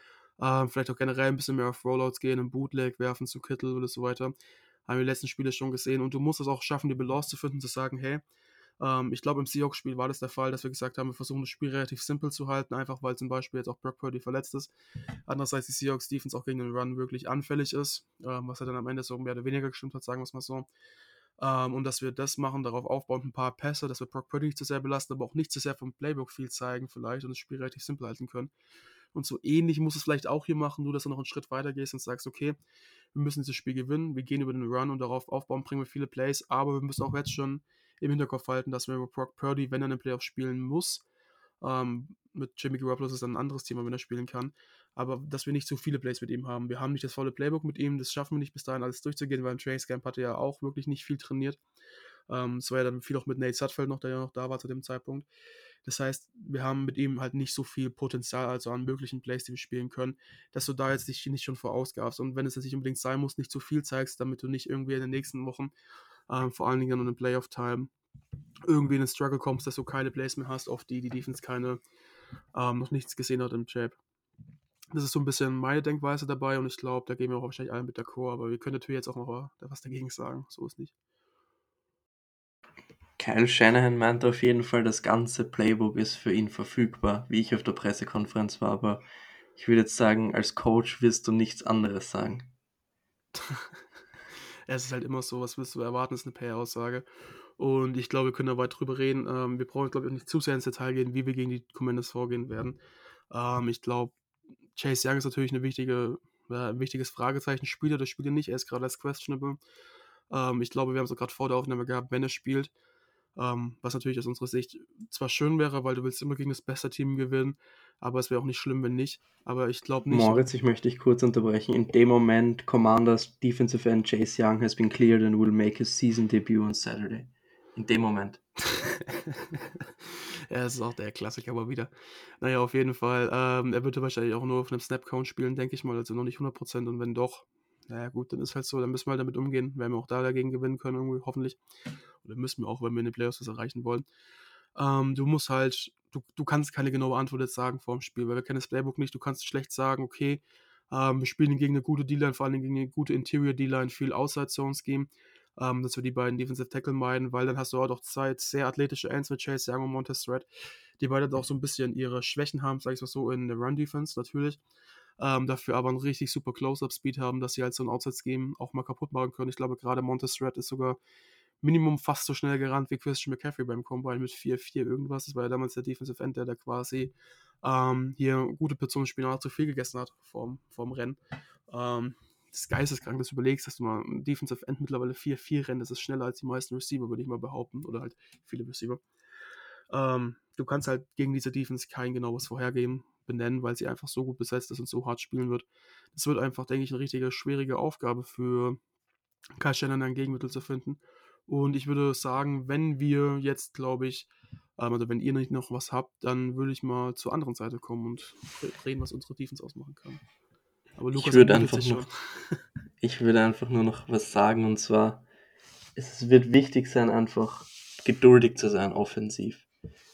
Ähm, vielleicht auch generell ein bisschen mehr auf Rollouts gehen, im Bootleg werfen zu Kittle oder so weiter. Haben wir die letzten Spiele schon gesehen. Und du musst es auch schaffen, die Balance zu finden, zu sagen, hey, ähm, ich glaube, im Seahawks-Spiel war das der Fall, dass wir gesagt haben, wir versuchen das Spiel relativ simpel zu halten, einfach weil zum Beispiel jetzt auch Brock Purdy verletzt ist. Andererseits die Seahawks-Defense auch gegen den Run wirklich anfällig ist, ähm, was ja dann am Ende so mehr oder weniger gestimmt hat, sagen wir es mal so. Ähm, und dass wir das machen, darauf aufbauen, ein paar Pässe, dass wir Brock Purdy nicht zu sehr belasten, aber auch nicht zu sehr vom Playbook viel zeigen vielleicht und das Spiel relativ simpel halten können. Und so ähnlich muss es vielleicht auch hier machen, nur dass du noch einen Schritt weiter gehst und sagst, okay, wir müssen dieses Spiel gewinnen, wir gehen über den Run und darauf aufbauen, bringen wir viele Plays, aber wir müssen auch jetzt schon im Hinterkopf halten, dass wir mit Brock Purdy, wenn er in den Playoffs spielen muss, ähm, mit Jimmy Garoppolo ist es dann ein anderes Thema, wenn er spielen kann, aber dass wir nicht zu viele Plays mit ihm haben. Wir haben nicht das volle Playbook mit ihm, das schaffen wir nicht bis dahin alles durchzugehen, weil Trace Camp hatte ja auch wirklich nicht viel trainiert. Ähm, es war ja dann viel auch mit Nate Sudfeld noch, der ja noch da war zu dem Zeitpunkt. Das heißt, wir haben mit ihm halt nicht so viel Potenzial, also an möglichen Plays, die wir spielen können, dass du da jetzt dich nicht schon vorausgabst und wenn es jetzt nicht unbedingt sein muss, nicht zu viel zeigst, damit du nicht irgendwie in den nächsten Wochen, ähm, vor allen Dingen in den Playoff-Time, irgendwie in den Struggle kommst, dass du keine Plays mehr hast, auf die die Defense keine, ähm, noch nichts gesehen hat im Jab. Das ist so ein bisschen meine Denkweise dabei und ich glaube, da gehen wir auch wahrscheinlich alle mit d'accord, aber wir können natürlich jetzt auch noch was dagegen sagen, so ist nicht. Kyle Shanahan meinte auf jeden Fall, das ganze Playbook ist für ihn verfügbar, wie ich auf der Pressekonferenz war, aber ich würde jetzt sagen, als Coach wirst du nichts anderes sagen. Es ist halt immer so, was willst du erwarten, ist eine P R-Aussage. Und ich glaube, wir können da weit drüber reden. Ähm, wir brauchen, glaube ich, auch nicht zu sehr ins Detail gehen, wie wir gegen die Commanders vorgehen werden. Ähm, ich glaube, Chase Young ist natürlich eine wichtige, äh, ein wichtiges Fragezeichen. Spielt er das Spiel nicht? Er ist gerade als questionable. Ähm, ich glaube, wir haben es auch gerade vor der Aufnahme gehabt, wenn er spielt. Ähm, was natürlich aus unserer Sicht zwar schön wäre, weil du willst immer gegen das beste Team gewinnen, aber es wäre auch nicht schlimm, wenn nicht. Aber ich glaube nicht. Moritz, ich möchte dich kurz unterbrechen. In dem Moment, Commanders Defensive End Chase Young has been cleared and will make his season debut on Saturday. In dem Moment. Ja, das ist auch der Klassiker aber wieder. Naja, auf jeden Fall. Ähm, er wird ja wahrscheinlich auch nur auf einem Snap-Count spielen, denke ich mal. Also noch nicht hundert Prozent. Und wenn doch, naja gut, dann ist halt so. Dann müssen wir halt damit umgehen. Werden wir auch da dagegen gewinnen können, irgendwie, hoffentlich. Oder müssen wir auch, wenn wir in den Playoffs das erreichen wollen. Ähm, du musst halt, du, du kannst keine genaue Antwort jetzt sagen vor dem Spiel, weil wir kennen das Playbook nicht. Du kannst schlecht sagen, okay, ähm, wir spielen gegen eine gute D-Line, vor allem gegen eine gute Interior D-Line, viel Outside-Zone-Scheme, ähm, dass wir die beiden Defensive Tackle meiden, weil dann hast du auch noch zwei sehr athletische Ends mit Chase Young und Montez Sweat, die beide auch so ein bisschen ihre Schwächen haben, sag ich mal so, in der Run-Defense natürlich. Ähm, dafür aber einen richtig super Close-Up-Speed haben, dass sie halt so ein Outside-Scheme auch mal kaputt machen können. Ich glaube, gerade Montez Sweat ist sogar Minimum fast so schnell gerannt wie Christian McCaffrey beim Combine mit vier vier irgendwas. Das war ja damals der Defensive End, der da quasi ähm, hier gute Portionen Spinat zu viel gegessen hat vorm, vorm Rennen. Ähm, das ist geisteskrank, dass du überlegst, dass du mal ein Defensive End mittlerweile vier vier rennt. Das ist schneller als die meisten Receiver, würde ich mal behaupten. Oder halt viele Receiver. Ähm, du kannst halt gegen diese Defense kein genaues Vorhergehen benennen, weil sie einfach so gut besetzt ist und so hart spielen wird. Das wird einfach, denke ich, eine richtige schwierige Aufgabe für Kyle Shanahan, ein Gegenmittel zu finden. Und ich würde sagen, wenn wir jetzt, glaube ich, ähm, also wenn ihr nicht noch was habt, dann würde ich mal zur anderen Seite kommen und reden, was unsere Defense ausmachen kann. Aber Lukas ich würde ermutet einfach sich noch, schon. ich würde einfach nur noch was sagen, und zwar, es wird wichtig sein, einfach geduldig zu sein, offensiv.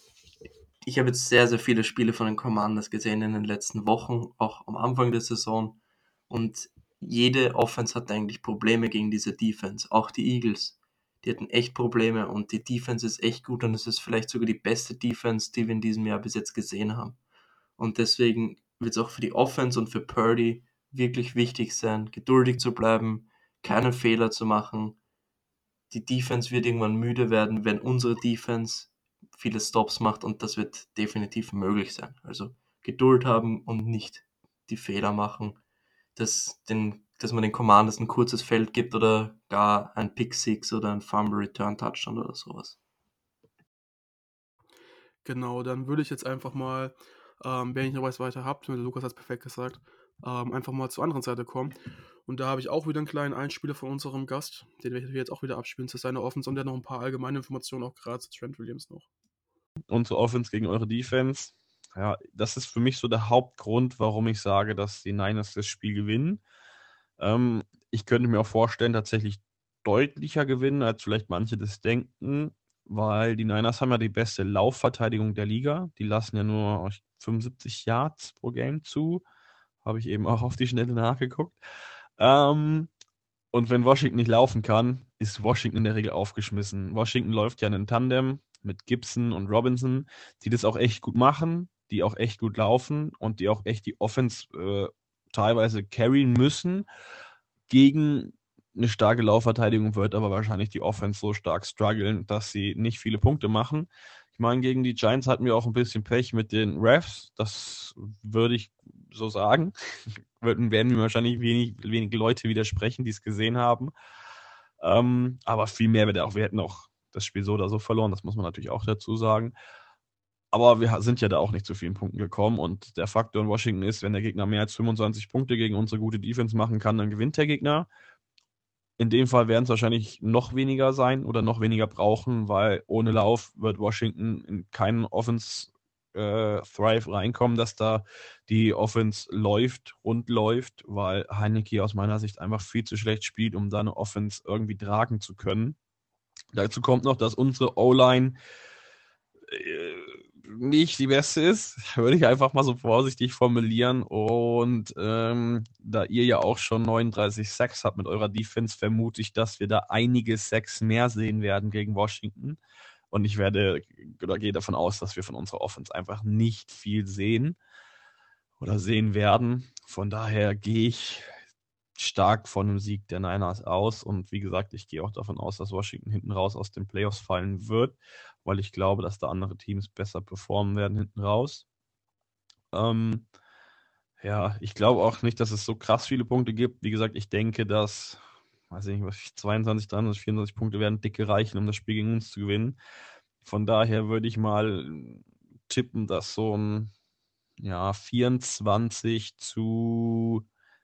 Ich habe jetzt sehr, sehr viele Spiele von den Commanders gesehen in den letzten Wochen, auch am Anfang der Saison. Und jede Offense hat eigentlich Probleme gegen diese Defense. Auch die Eagles, die hatten echt Probleme und die Defense ist echt gut und es ist vielleicht sogar die beste Defense, die wir in diesem Jahr bis jetzt gesehen haben. Und deswegen wird es auch für die Offense und für Purdy wirklich wichtig sein, geduldig zu bleiben, keine Fehler zu machen. Die Defense wird irgendwann müde werden, wenn unsere Defense viele Stops macht und das wird definitiv möglich sein. Also Geduld haben und nicht die Fehler machen, dass, den, dass man den Commanders ein kurzes Feld gibt oder gar ein Pick Six oder ein Fumble Return Touchdown oder sowas. Genau, dann würde ich jetzt einfach mal, ähm, wenn ich noch was weiter habt, Lukas hat es perfekt gesagt, ähm, einfach mal zur anderen Seite kommen. Und da habe ich auch wieder einen kleinen Einspieler von unserem Gast, den wir jetzt auch wieder abspielen zu seiner Offense und der noch ein paar allgemeine Informationen auch gerade zu Trent Williams noch. Unsere Offense gegen eure Defense. Ja, das ist für mich so der Hauptgrund, warum ich sage, dass die Niners das Spiel gewinnen. Ähm, ich könnte mir auch vorstellen, tatsächlich deutlicher gewinnen, als vielleicht manche das denken, weil die Niners haben ja die beste Laufverteidigung der Liga. Die lassen ja nur fünfundsiebzig Yards pro Game zu, Habe ich eben auch auf die Schnelle nachgeguckt. Ähm, und wenn Washington nicht laufen kann, ist Washington in der Regel aufgeschmissen. Washington läuft ja in Tandem mit Gibson und Robinson, die das auch echt gut machen, die auch echt gut laufen und die auch echt die Offense äh, teilweise carryen müssen. Gegen eine starke Laufverteidigung wird aber wahrscheinlich die Offense so stark strugglen, dass sie nicht viele Punkte machen. Ich meine, gegen die Giants hatten wir auch ein bisschen Pech mit den Refs. Das würde ich so sagen. Würden, werden mir wahrscheinlich wenig, wenig Leute widersprechen, die es gesehen haben. Ähm, aber viel mehr wäre auch. Wir hätten auch das Spiel so oder so verloren. Das muss man natürlich auch dazu sagen. Aber wir sind ja da auch nicht zu vielen Punkten gekommen. Und der Faktor in Washington ist, wenn der Gegner mehr als fünfundzwanzig Punkte gegen unsere gute Defense machen kann, dann gewinnt der Gegner. In dem Fall werden es wahrscheinlich noch weniger sein oder noch weniger brauchen, weil ohne Lauf wird Washington in keinen Offense äh, Thrive reinkommen, dass da die Offense läuft, rund läuft, weil Heineke aus meiner Sicht einfach viel zu schlecht spielt, um da eine Offense irgendwie tragen zu können. Dazu kommt noch, dass unsere O-Line äh, nicht die beste ist, würde ich einfach mal so vorsichtig formulieren. Und ähm, da ihr ja auch schon neununddreißig Sacks habt mit eurer Defense, vermute ich, dass wir da einige Sacks mehr sehen werden gegen Washington. Und ich werde oder gehe davon aus, dass wir von unserer Offense einfach nicht viel sehen oder sehen werden. Von daher gehe ich stark von einem Sieg der Niners aus. Und wie gesagt, ich gehe auch davon aus, dass Washington hinten raus aus den Playoffs fallen wird, weil ich glaube, dass da andere Teams besser performen werden hinten raus. Ähm, ja, ich glaube auch nicht, dass es so krass viele Punkte gibt. Wie gesagt, ich denke, dass, weiß ich nicht, was, zweiundzwanzig, dreiundzwanzig, vierundzwanzig Punkte werden dicke reichen, um das Spiel gegen uns zu gewinnen. Von daher würde ich mal tippen, dass so ein ja, vierundzwanzig zu,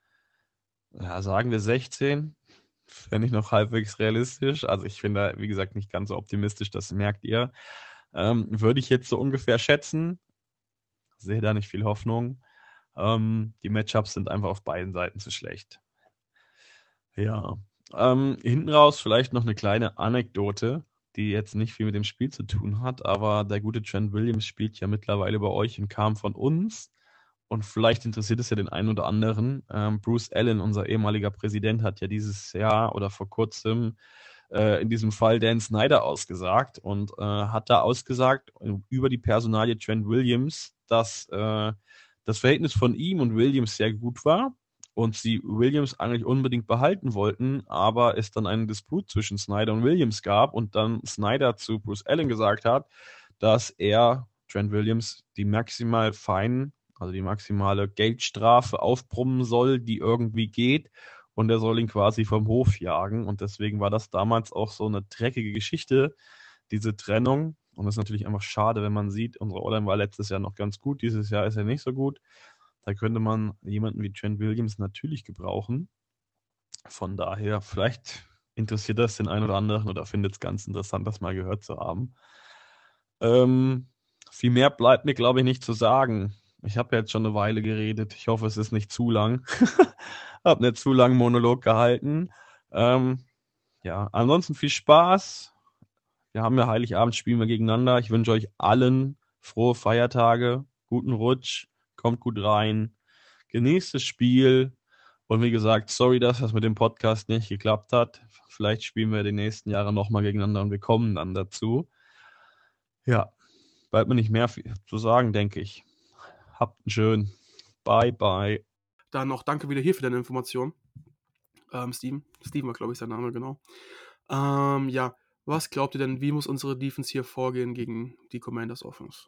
ja, sagen wir sechzehn, fände ich noch halbwegs realistisch. Also ich bin da, wie gesagt, nicht ganz so optimistisch, das merkt ihr. Ähm, würde ich jetzt so ungefähr schätzen. Sehe da nicht viel Hoffnung. Ähm, die Matchups sind einfach auf beiden Seiten zu schlecht. Ja. Ähm, hinten raus vielleicht noch eine kleine Anekdote, die jetzt nicht viel mit dem Spiel zu tun hat, aber der gute Trent Williams spielt ja mittlerweile bei euch und kam von uns. Und vielleicht interessiert es ja den einen oder anderen. Ähm, Bruce Allen, unser ehemaliger Präsident, hat ja dieses Jahr oder vor kurzem äh, in diesem Fall Dan Snyder ausgesagt und äh, hat da ausgesagt über die Personalie Trent Williams, dass äh, das Verhältnis von ihm und Williams sehr gut war und sie Williams eigentlich unbedingt behalten wollten, aber es dann einen Disput zwischen Snyder und Williams gab und dann Snyder zu Bruce Allen gesagt hat, dass er Trent Williams die maximal feinen, also die maximale Geldstrafe aufbrummen soll, die irgendwie geht, und er soll ihn quasi vom Hof jagen. Und deswegen war das damals auch so eine dreckige Geschichte, diese Trennung. Und das ist natürlich einfach schade, wenn man sieht, unsere O-Line war letztes Jahr noch ganz gut, dieses Jahr ist er nicht so gut. Da könnte man jemanden wie Trent Williams natürlich gebrauchen. Von daher, vielleicht interessiert das den einen oder anderen oder findet es ganz interessant, das mal gehört zu haben. Ähm, viel mehr bleibt mir, glaube ich, nicht zu sagen. Ich habe jetzt schon eine Weile geredet. Ich hoffe, es ist nicht zu lang. Habe nicht zu langen Monolog gehalten. Ähm, ja, ansonsten viel Spaß. Wir haben ja Heiligabend, spielen wir gegeneinander. Ich wünsche euch allen frohe Feiertage, guten Rutsch, kommt gut rein, genießt das Spiel. Und wie gesagt, sorry, dass das mit dem Podcast nicht geklappt hat. Vielleicht spielen wir die nächsten Jahre nochmal gegeneinander und wir kommen dann dazu. Ja, bleibt mir nicht mehr zu sagen, denke ich. Habt einen schönen. Bye, bye. Dann noch danke wieder hier für deine Information. Ähm, Steven. Steven war, glaube ich, sein Name, genau. Ähm, ja, was glaubt ihr denn, wie muss unsere Defense hier vorgehen gegen die Commanders Offense?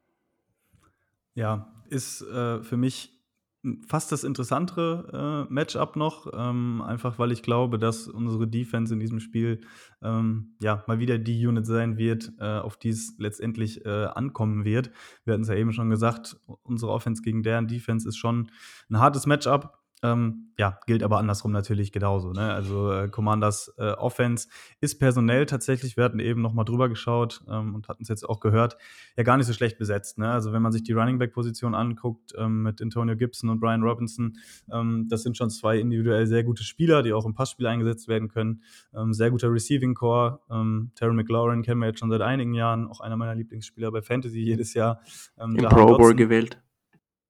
Ja, ist äh, für mich fast das interessantere äh, Matchup noch, ähm, einfach weil ich glaube, dass unsere Defense in diesem Spiel ähm, ja mal wieder die Unit sein wird, äh, auf die es letztendlich äh, ankommen wird. Wir hatten es ja eben schon gesagt, unsere Offense gegen deren Defense ist schon ein hartes Matchup. Ähm, ja, gilt aber andersrum natürlich genauso. Ne? Also äh, Commanders äh, Offense ist personell tatsächlich, wir hatten eben noch mal drüber geschaut ähm, und hatten es jetzt auch gehört, ja gar nicht so schlecht besetzt. Ne? Also wenn man sich die Running-Back-Position anguckt ähm, mit Antonio Gibson und Brian Robinson, ähm, das sind schon zwei individuell sehr gute Spieler, die auch im Passspiel eingesetzt werden können. Ähm, sehr guter Receiving-Core. Ähm, Terry McLaurin kennen wir jetzt schon seit einigen Jahren, auch einer meiner Lieblingsspieler bei Fantasy jedes Jahr. Ähm, Im Pro Bowl gewählt.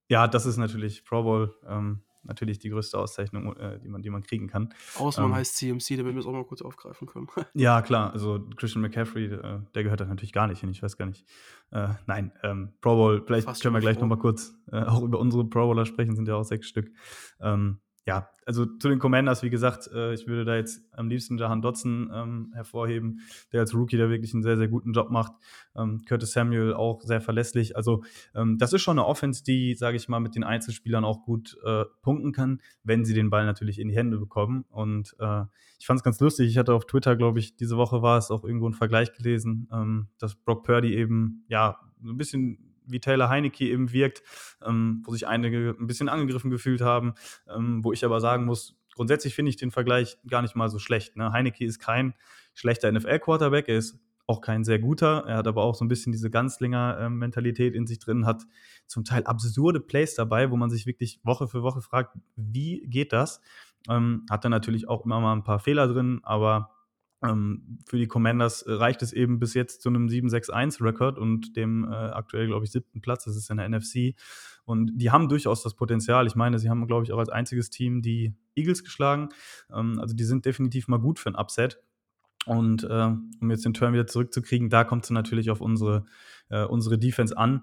Ja, das ist natürlich Pro Bowl, ähm, natürlich die größte Auszeichnung, äh, die man die man kriegen kann. Außer man Ähm, heißt C M C, damit wir es auch mal kurz aufgreifen können. ja, klar, also Christian McCaffrey, äh, der gehört da natürlich gar nicht hin. Ich weiß gar nicht. Äh, nein, ähm, Pro Bowl, vielleicht Fast können schon wir eine gleich noch Frau. mal kurz äh, auch über unsere Pro Bowler sprechen, sind ja auch sechs Stück. Ähm, ja, also zu den Commanders, wie gesagt, äh, ich würde da jetzt am liebsten Jahan Dotson ähm, hervorheben, der als Rookie da wirklich einen sehr, sehr guten Job macht. Ähm, Curtis Samuel auch sehr verlässlich. Also ähm, das ist schon eine Offense, die, sage ich mal, mit den Einzelspielern auch gut äh, punkten kann, wenn sie den Ball natürlich in die Hände bekommen. Und äh, ich fand es ganz lustig. Ich hatte auf Twitter, glaube ich, diese Woche war es auch irgendwo einen Vergleich gelesen, ähm, dass Brock Purdy eben, ja, so ein bisschen wie Taylor Heineke eben wirkt, ähm, wo sich einige ein bisschen angegriffen gefühlt haben, ähm, wo ich aber sagen muss, grundsätzlich finde ich den Vergleich gar nicht mal so schlecht. Ne? Heineke ist kein schlechter N F L-Quarterback, er ist auch kein sehr guter, er hat aber auch so ein bisschen diese Ganzlinger-Mentalität in sich drin, hat zum Teil absurde Plays dabei, wo man sich wirklich Woche für Woche fragt, wie geht das? Ähm, hat dann natürlich auch immer mal ein paar Fehler drin, aber ähm, für die Commanders äh, reicht es eben bis jetzt zu einem sieben sechs eins Rekord und dem äh, aktuell, glaube ich, siebten Platz. Das ist in der N F C. Und die haben durchaus das Potenzial. Ich meine, sie haben, glaube ich, auch als einziges Team die Eagles geschlagen. Ähm, also die sind definitiv mal gut für ein Upset. Und äh, um jetzt den Turn wieder zurückzukriegen, da kommt es natürlich auf unsere, äh, unsere Defense an.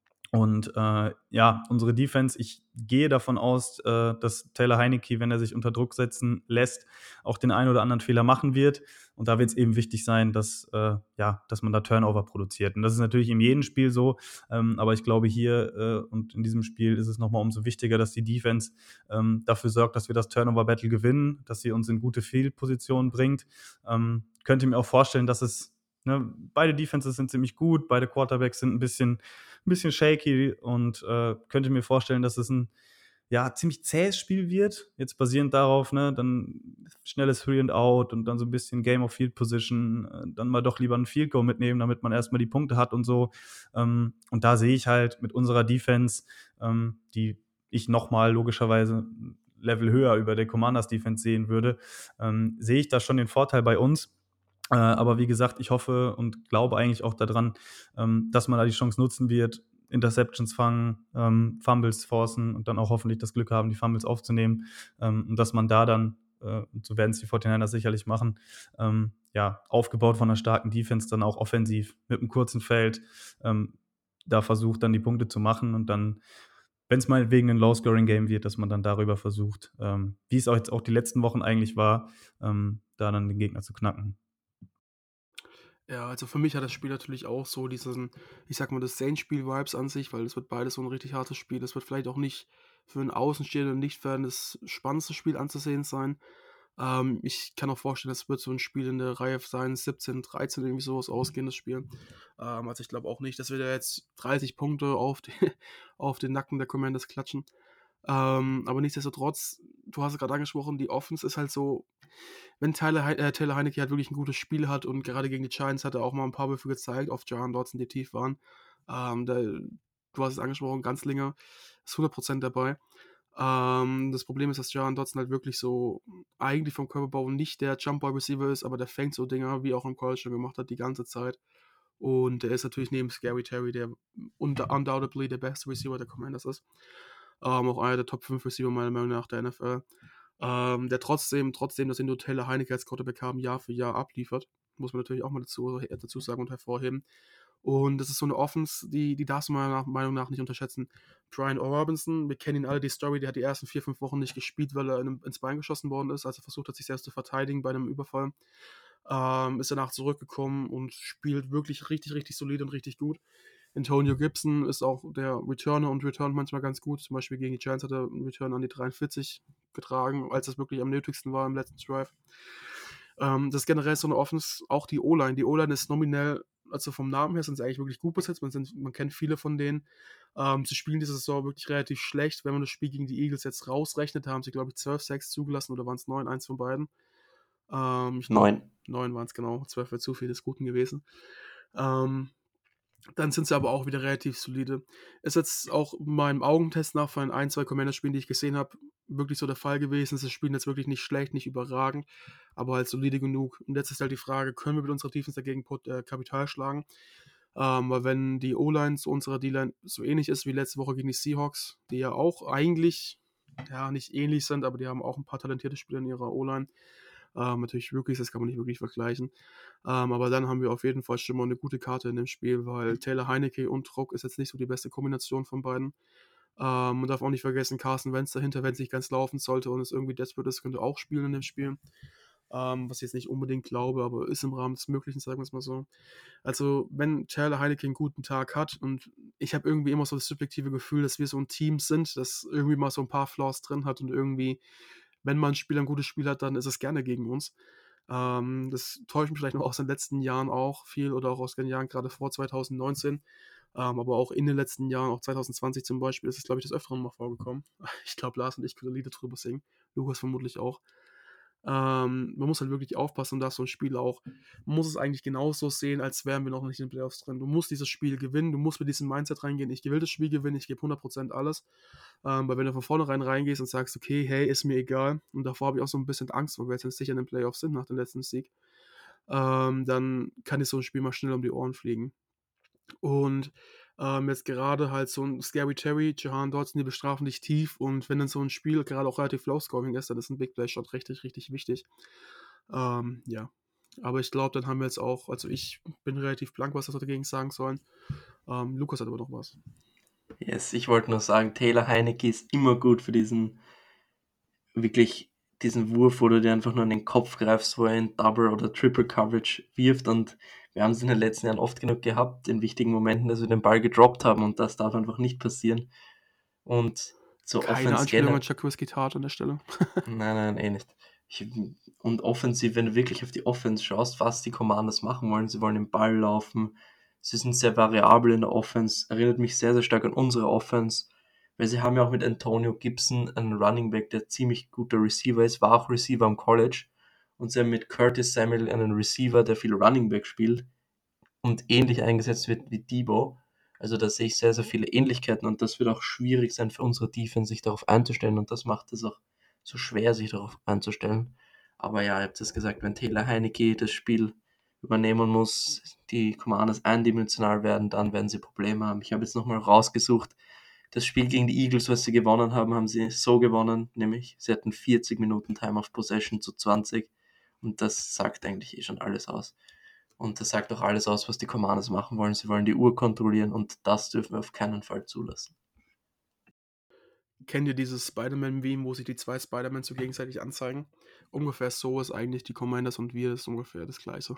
Und äh, ja, unsere Defense, ich gehe davon aus, äh, dass Taylor Heineke, wenn er sich unter Druck setzen lässt, auch den einen oder anderen Fehler machen wird. Und da wird es eben wichtig sein, dass, äh, ja, dass man da Turnover produziert. Und das ist natürlich in jedem Spiel so. Ähm, aber ich glaube, hier äh, und in diesem Spiel ist es nochmal umso wichtiger, dass die Defense ähm, dafür sorgt, dass wir das Turnover-Battle gewinnen, dass sie uns in gute Field-Positionen bringt. Ähm, könnte mir auch vorstellen, dass es, ne, beide Defenses sind ziemlich gut, beide Quarterbacks sind ein bisschen ein bisschen shaky und äh, könnte mir vorstellen, dass es ein ja, ziemlich zähes Spiel wird. Jetzt basierend darauf, ne, dann schnelles Three and Out und dann so ein bisschen Game of Field Position, äh, dann mal doch lieber ein Field Goal mitnehmen, damit man erstmal die Punkte hat und so. Ähm, und da sehe ich halt mit unserer Defense, ähm, die ich nochmal logischerweise ein Level höher über der Commanders Defense sehen würde, ähm, sehe ich da schon den Vorteil bei uns. Äh, aber wie gesagt, ich hoffe und glaube eigentlich auch daran, ähm, dass man da die Chance nutzen wird, Interceptions fangen, ähm, Fumbles forcen und dann auch hoffentlich das Glück haben, die Fumbles aufzunehmen. Ähm, und dass man da dann, äh, so werden es die forty-niners sicherlich machen, ähm, ja, aufgebaut von einer starken Defense, dann auch offensiv mit einem kurzen Feld, ähm, da versucht dann die Punkte zu machen und dann, wenn es meinetwegen ein Low-Scoring-Game wird, dass man dann darüber versucht, ähm, wie es auch jetzt auch die letzten Wochen eigentlich war, ähm, da dann den Gegner zu knacken. Ja, also für mich hat das Spiel natürlich auch so diesen, ich sag mal, das Saints-Spiel-Vibes an sich, weil es wird beides so ein richtig hartes Spiel. Es wird vielleicht auch nicht für einen Außenstehenden, Nicht-Fan das spannendste Spiel anzusehen sein. Ähm, ich kann auch vorstellen, das wird so ein Spiel in der Reihe sein, siebzehn, dreizehn, irgendwie sowas ausgehendes Spiel. Ähm, also ich glaube auch nicht, dass wir da jetzt dreißig Punkte auf, die, auf den Nacken der Commanders klatschen. Ähm, aber nichtsdestotrotz, du hast es gerade angesprochen, die Offense ist halt so, wenn Tyler, Hei- äh, Taylor Heineke halt wirklich ein gutes Spiel hat und gerade gegen die Giants hat er auch mal ein paar Würfe gezeigt, auf Jahan Dotson, die tief waren. Ähm, da, du hast es angesprochen, Ganzlinger ist hundert Prozent dabei. Ähm, das Problem ist, dass Jahan Dotson halt wirklich so eigentlich vom Körperbau nicht der Jump-Ball-Receiver ist, aber der fängt so Dinger, wie auch im College schon gemacht hat, die ganze Zeit. Und der ist natürlich neben Scary Terry, der unter, undoubtedly der beste Receiver der Commanders ist. Ähm, auch einer der Top fünf Receiver meiner Meinung nach der N F L. Ähm, der trotzdem, trotzdem, dass ihn Taylor Heineke als Quarterback haben, Jahr für Jahr abliefert. Muss man natürlich auch mal dazu, dazu sagen und hervorheben. Und das ist so eine Offense, die, die darfst du meiner Meinung nach nicht unterschätzen. Brian Robinson, wir kennen ihn alle, die Story, der hat die ersten vier, fünf Wochen nicht gespielt, weil er in, ins Bein geschossen worden ist, als er versucht hat, sich selbst zu verteidigen bei einem Überfall. Ähm, ist danach zurückgekommen und spielt wirklich richtig, richtig solide und richtig gut. Antonio Gibson ist auch der Returner und returnt manchmal ganz gut. Zum Beispiel gegen die Giants hat er einen Return an die dreiundvierzig getragen, als das wirklich am nötigsten war im letzten Drive. Ähm, das ist generell so eine Offense, auch die O-Line. Die O-Line ist nominell, also vom Namen her sind sie eigentlich wirklich gut besetzt. Man, sind, man kennt viele von denen. Ähm, sie spielen diese Saison wirklich relativ schlecht. Wenn man das Spiel gegen die Eagles jetzt rausrechnet, haben sie, glaube ich, zwölf Sacks zugelassen oder waren es neun, eins von beiden. Ähm, ich glaube, Neun. neun waren es genau. zwölf wäre zu viel des Guten gewesen. Ähm, dann sind sie aber auch wieder relativ solide. Ist jetzt auch meinem Augentest nach von den ein, zwei Commander-Spielen, die ich gesehen habe, wirklich so der Fall gewesen. Sie spielen jetzt wirklich nicht schlecht, nicht überragend, aber halt solide genug. Und jetzt ist halt die Frage, können wir mit unserer Defense dagegen Pot- äh, Kapital schlagen? Ähm, weil wenn die O-Line zu unserer D-Line so ähnlich ist wie letzte Woche gegen die Seahawks, die ja auch eigentlich ja, nicht ähnlich sind, aber die haben auch ein paar talentierte Spieler in ihrer O-Line. Ähm, natürlich Rookies, das kann man nicht wirklich vergleichen. Ähm, aber dann haben wir auf jeden Fall schon mal eine gute Karte in dem Spiel, weil Taylor Heineke und Trock ist jetzt nicht so die beste Kombination von beiden. Ähm, man darf auch nicht vergessen, Carson Wentz dahinter, wenn es nicht ganz laufen sollte und es irgendwie desperate ist, könnte auch spielen in dem Spiel. Ähm, was ich jetzt nicht unbedingt glaube, aber ist im Rahmen des Möglichen, sagen wir es mal so. Also, wenn Taylor Heineke einen guten Tag hat und ich habe irgendwie immer so das subjektive Gefühl, dass wir so ein Team sind, das irgendwie mal so ein paar Flaws drin hat und irgendwie, wenn mal ein Spieler ein gutes Spiel hat, dann ist es gerne gegen uns. Ähm, das täuscht mich vielleicht noch aus den letzten Jahren auch viel oder auch aus den Jahren gerade vor zwanzig neunzehn. Ähm, aber auch in den letzten Jahren, auch zwanzig zwanzig zum Beispiel, ist es, glaube ich, des Öfteren mal vorgekommen. Ich glaube, Lars und ich können Lieder drüber singen. Lukas vermutlich auch. Ähm, man muss halt wirklich aufpassen und darf so ein Spiel auch, man muss es eigentlich genauso sehen, als wären wir noch nicht in den Playoffs drin. Du musst dieses Spiel gewinnen, du musst mit diesem Mindset reingehen, ich will das Spiel gewinnen, ich gebe hundert Prozent alles. Ähm, weil wenn du von vornherein reingehst und sagst, okay, hey, ist mir egal, und davor habe ich auch so ein bisschen Angst, weil wir jetzt sicher in den Playoffs sind nach dem letzten Sieg, ähm, dann kann dir so ein Spiel mal schnell um die Ohren fliegen. Und ähm, jetzt gerade halt so ein Scary Terry, Jahan Dodson, die bestrafen dich tief. Und wenn dann so ein Spiel gerade auch relativ low-scoring ist, dann ist ein Big Play Shot richtig, richtig wichtig. Ähm, ja. Aber ich glaube, dann haben wir jetzt auch, also ich bin relativ blank, was wir dagegen sagen sollen. Ähm, Lukas hat aber noch was. Yes, ich wollte nur sagen, Taylor Heineke ist immer gut für diesen, wirklich diesen Wurf, wo du dir einfach nur an den Kopf greifst, wo er in Double oder Triple Coverage wirft, und wir haben es in den letzten Jahren oft genug gehabt, in wichtigen Momenten, dass wir den Ball gedroppt haben, und das darf einfach nicht passieren. Und so Keine Offense Anspielung an generell. Jacques Tat an der Stelle. Nein, nein, eh nicht. Ich, und offensiv, wenn du wirklich auf die Offense schaust, was die Commanders machen wollen, sie wollen den Ball laufen, sie sind sehr variabel in der Offense, erinnert mich sehr, sehr stark an unsere Offense, weil sie haben ja auch mit Antonio Gibson einen Running Back, der ziemlich guter Receiver ist, war auch Receiver am College, und sie haben mit Curtis Samuel einen Receiver, der viel Running Back spielt und ähnlich eingesetzt wird wie Debo. Also da sehe ich sehr, sehr viele Ähnlichkeiten, und das wird auch schwierig sein für unsere Defense, sich darauf einzustellen, und das macht es auch so schwer, sich darauf einzustellen. Aber ja, ihr habt es gesagt, wenn Taylor Heineke das Spiel übernehmen muss, die Commanders eindimensional werden, dann werden sie Probleme haben. Ich habe jetzt nochmal rausgesucht, das Spiel gegen die Eagles, was sie gewonnen haben, haben sie so gewonnen, nämlich sie hatten vierzig Minuten Time of Possession zu zwanzig, und das sagt eigentlich eh schon alles aus. Und das sagt auch alles aus, was die Commanders machen wollen. Sie wollen die Uhr kontrollieren, und das dürfen wir auf keinen Fall zulassen. Kennt ihr dieses Spider-Man-Meme, wo sich die zwei Spider-Man so gegenseitig anzeigen? Ungefähr so ist eigentlich die Commanders und wir, das ist ungefähr das Gleiche.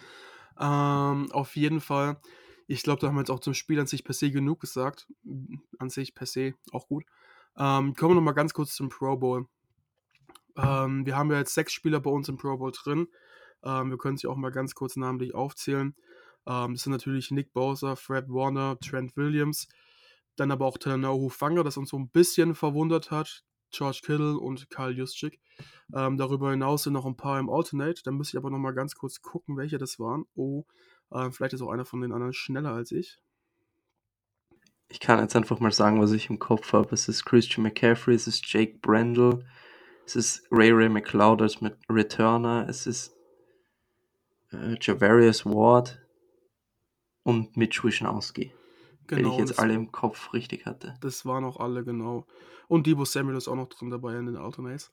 ähm, auf jeden Fall, ich glaube, da haben wir jetzt auch zum Spiel an sich per se genug gesagt. An sich per se auch gut. Ähm, kommen wir nochmal ganz kurz zum Pro Bowl. Ähm, wir haben ja jetzt sechs Spieler bei uns im Pro Bowl drin. Ähm, wir können sie auch mal ganz kurz namentlich aufzählen. Ähm, das sind natürlich Nick Bosa, Fred Warner, Trent Williams, dann aber auch Talanoa Hufanga, das uns so ein bisschen verwundert hat, George Kittle und Kyle Juszczyk. Ähm, darüber hinaus sind noch ein paar im Alternate. Da müsste ich aber noch mal ganz kurz gucken, welche das waren. Oh, äh, vielleicht ist auch einer von den anderen schneller als ich. Ich kann jetzt einfach mal sagen, was ich im Kopf habe. Es ist Christian McCaffrey, es ist Jake Brendel, es ist Ray Ray McLeod als mit Returner, es ist äh, Javarius Ward und Mitch Wishnowski. Wenn ich Genau, jetzt das, alle im Kopf richtig hatte. das waren auch alle, genau. Und Debo Samuel ist auch noch drin dabei in den Alternates.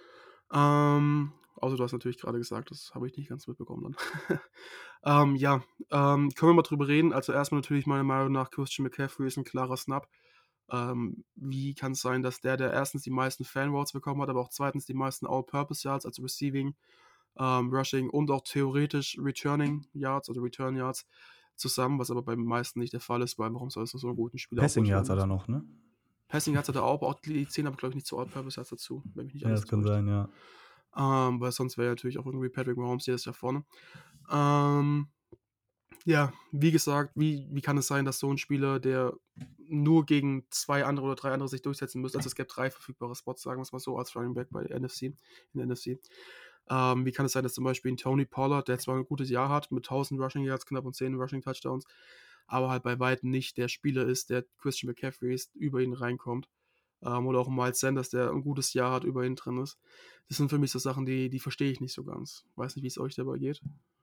Ähm, also du hast natürlich gerade gesagt, das habe ich nicht ganz mitbekommen dann. ähm, ja, ähm, können wir mal drüber reden. Also erstmal natürlich meiner Meinung nach, Christian McCaffrey ist ein klarer Snap. Ähm, wie kann es sein, dass der, der erstens die meisten Fan-Votes bekommen hat, aber auch zweitens die meisten All-Purpose-Yards, also Receiving, ähm, Rushing und auch theoretisch Returning Yards, also Return Yards zusammen, was aber beim meisten nicht der Fall ist, weil warum soll es so einen guten Spieler Passing auch Yards hat er lassen? noch, ne? Passing Yards hat er auch, aber auch die zehn aber glaube ich nicht zu All-Purpose Yards dazu, wenn mich nicht Ja, alles das kann täuscht. sein, ja. Ähm, weil sonst wäre natürlich auch irgendwie Patrick Mahomes jedes Jahr vorne. Ähm, ja, wie gesagt, wie, wie kann es sein, dass so ein Spieler, der nur gegen zwei andere oder drei andere sich durchsetzen müsste, also es gäbe drei verfügbare Spots, sagen wir es mal so, als Running Back bei N F C, in der N F C. Ähm, wie kann es sein, dass zum Beispiel ein Tony Pollard, der zwar ein gutes Jahr hat, mit tausend Rushing Yards, knapp und zehn Rushing Touchdowns, aber halt bei weitem nicht der Spieler ist, der Christian McCaffrey ist, über ihn reinkommt. Ähm, oder auch Miles Sanders, der ein gutes Jahr hat, über ihn drin ist. Das sind für mich so Sachen, die, die verstehe ich nicht so ganz. Weiß nicht, wie es euch dabei geht.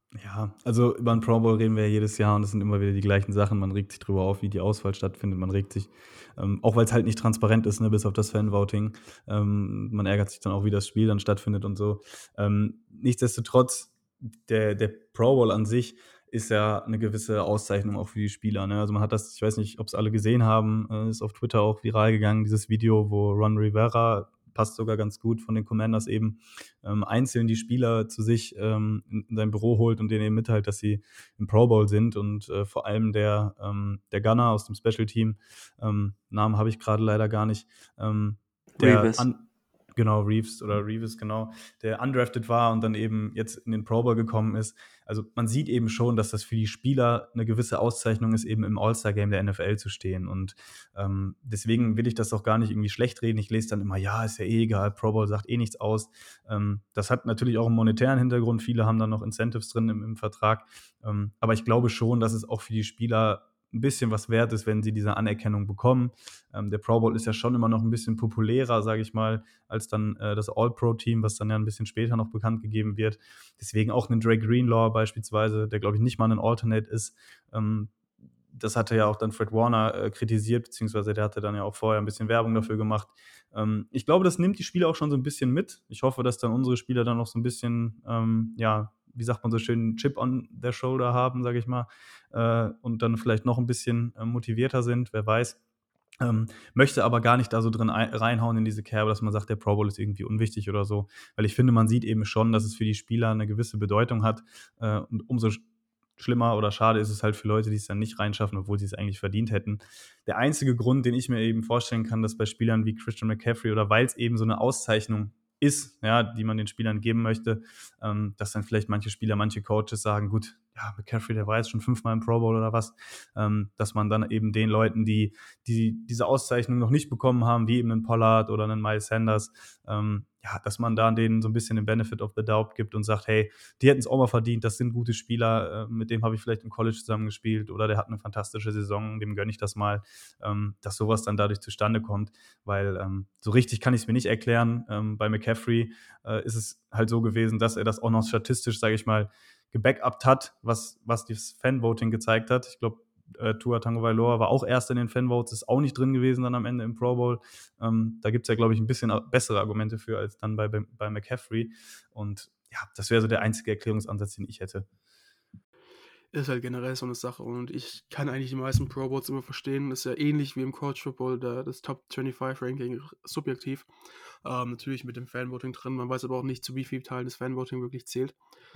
Ja, also über 'n Pro Bowl reden wir ja jedes Jahr und es sind immer wieder die gleichen Sachen. Man regt sich drüber auf, wie die Auswahl stattfindet. Man regt sich, ähm, auch weil's halt nicht transparent ist, ne, bis auf das Fanvoting. Ähm, man ärgert sich dann auch, wie das Spiel dann stattfindet und so. Ähm, nichtsdestotrotz, der der Pro Bowl an sich ist ja 'ne gewisse Auszeichnung auch für die Spieler, ne? Also, man hat das, ich weiß nicht, ob's alle gesehen haben, äh, ist auf Twitter auch viral gegangen, dieses Video, wo Ron Rivera, passt sogar ganz gut, von den Commanders eben, ähm, einzeln die Spieler zu sich, ähm, in in sein Büro holt und denen eben mitteilt, dass sie im Pro Bowl sind und, äh, vor allem der, ähm der Gunner aus dem Special Team, ähm, Namen habe ich grade leider gar nicht, ähm, der Revis. un genau, Reeves oder Reeves, genau, der undrafted war und dann eben jetzt in den Pro Bowl gekommen ist. Also, man sieht eben schon, dass das für die Spieler 'ne gewisse Auszeichnung ist, eben im All-Star-Game der N F L zu stehen und, ähm, deswegen will ich das auch gar nicht irgendwie schlechtreden. Ich lese dann immer: „Ja, ist ja eh egal, Pro Bowl sagt eh nichts aus.“ Ähm, das hat natürlich auch 'n monetären Hintergrund. Viele haben da noch Incentives drin im im Vertrag. Ähm, aber ich glaube schon, dass es auch für die Spieler 'n bisschen was wert ist, wenn sie diese Anerkennung bekommen. Ähm, der Pro Bowl ist ja schon immer noch 'n bisschen populärer, sage ich mal, als dann, äh, das All-Pro-Team, was dann ja 'n bisschen später noch bekannt gegeben wird. Deswegen auch 'nen Dre Greenlaw beispielsweise, der, glaube ich, nicht mal 'nen Alternate ist. Ähm, das hatte ja auch dann Fred Warner, äh, kritisiert, beziehungsweise der hatte dann ja auch vorher 'n bisschen Werbung dafür gemacht. Ähm, ich glaube, das nimmt die Spieler auch schon so 'n bisschen mit. Ich hoffe, dass dann unsere Spieler dann noch so 'n bisschen, ähm, ja, wie sagt man so schön, Chip on their shoulder haben, sage ich mal, äh, und dann vielleicht noch 'n bisschen, äh, motivierter sind, wer weiß. Ähm, möchte aber gar nicht da so drin ei reinhauen in diese Kerbe, dass man sagt, der Pro Bowl ist irgendwie unwichtig oder so. Weil ich finde, man sieht eben schon, dass es für die Spieler 'ne gewisse Bedeutung hat, äh, und umso sch schlimmer oder schade ist es halt für Leute, die es dann nicht reinschaffen, obwohl sie es eigentlich verdient hätten. Der einzige Grund, den ich mir eben vorstellen kann, dass bei Spielern wie Christian McCaffrey oder weil's eben so 'ne Auszeichnung ist, ja, die man den Spielern geben möchte, ähm, dass dann vielleicht manche Spieler, manche Coaches sagen: „Gut, ja, McCaffrey, der war jetzt schon fünfmal im Pro Bowl oder was?“ Ähm, dass man dann eben den Leuten, die die diese Auszeichnung noch nicht bekommen haben, wie eben 'nen Pollard oder 'nen Miles Sanders, ähm, ja, dass man da denen so 'n bisschen den Benefit of the doubt gibt und sagt: „Hey, die hätten's auch mal verdient. Das sind gute Spieler, äh, mit dem habe ich vielleicht im College zusammen gespielt oder der hat 'ne fantastische Saison, dem gönne ich das mal.“ Ähm, dass so was dann dadurch zustande kommt, weil, ähm, so richtig kann ich's mir nicht erklären. Ähm, bei McCaffrey, äh, ist es halt so gewesen, dass er das auch noch statistisch, sage ich mal, gebackupt hat, was was das Fanvoting gezeigt hat. Ich glaube, äh, Tua Tagovailoa war auch Erster in den Fanvotes, ist auch nicht drin gewesen dann am Ende im Pro Bowl. Ähm, da gibt's ja, glaube ich, 'n bisschen a bessere Argumente für als dann bei bei bei McCaffrey. Und ja, das wäre so der einzige Erklärungsansatz, den ich hätte. Ist halt generell so 'ne Sache und ich kann eigentlich die meisten Pro Bowls immer verstehen. Ist ja ähnlich wie im College Football, da das Top fünfundzwanzig Ranking r subjektiv. Ähm, natürlich mit dem Fanvoting drin. Man weiß aber auch nicht, zu wie viel Teilen das Fanvoting wirklich zählt.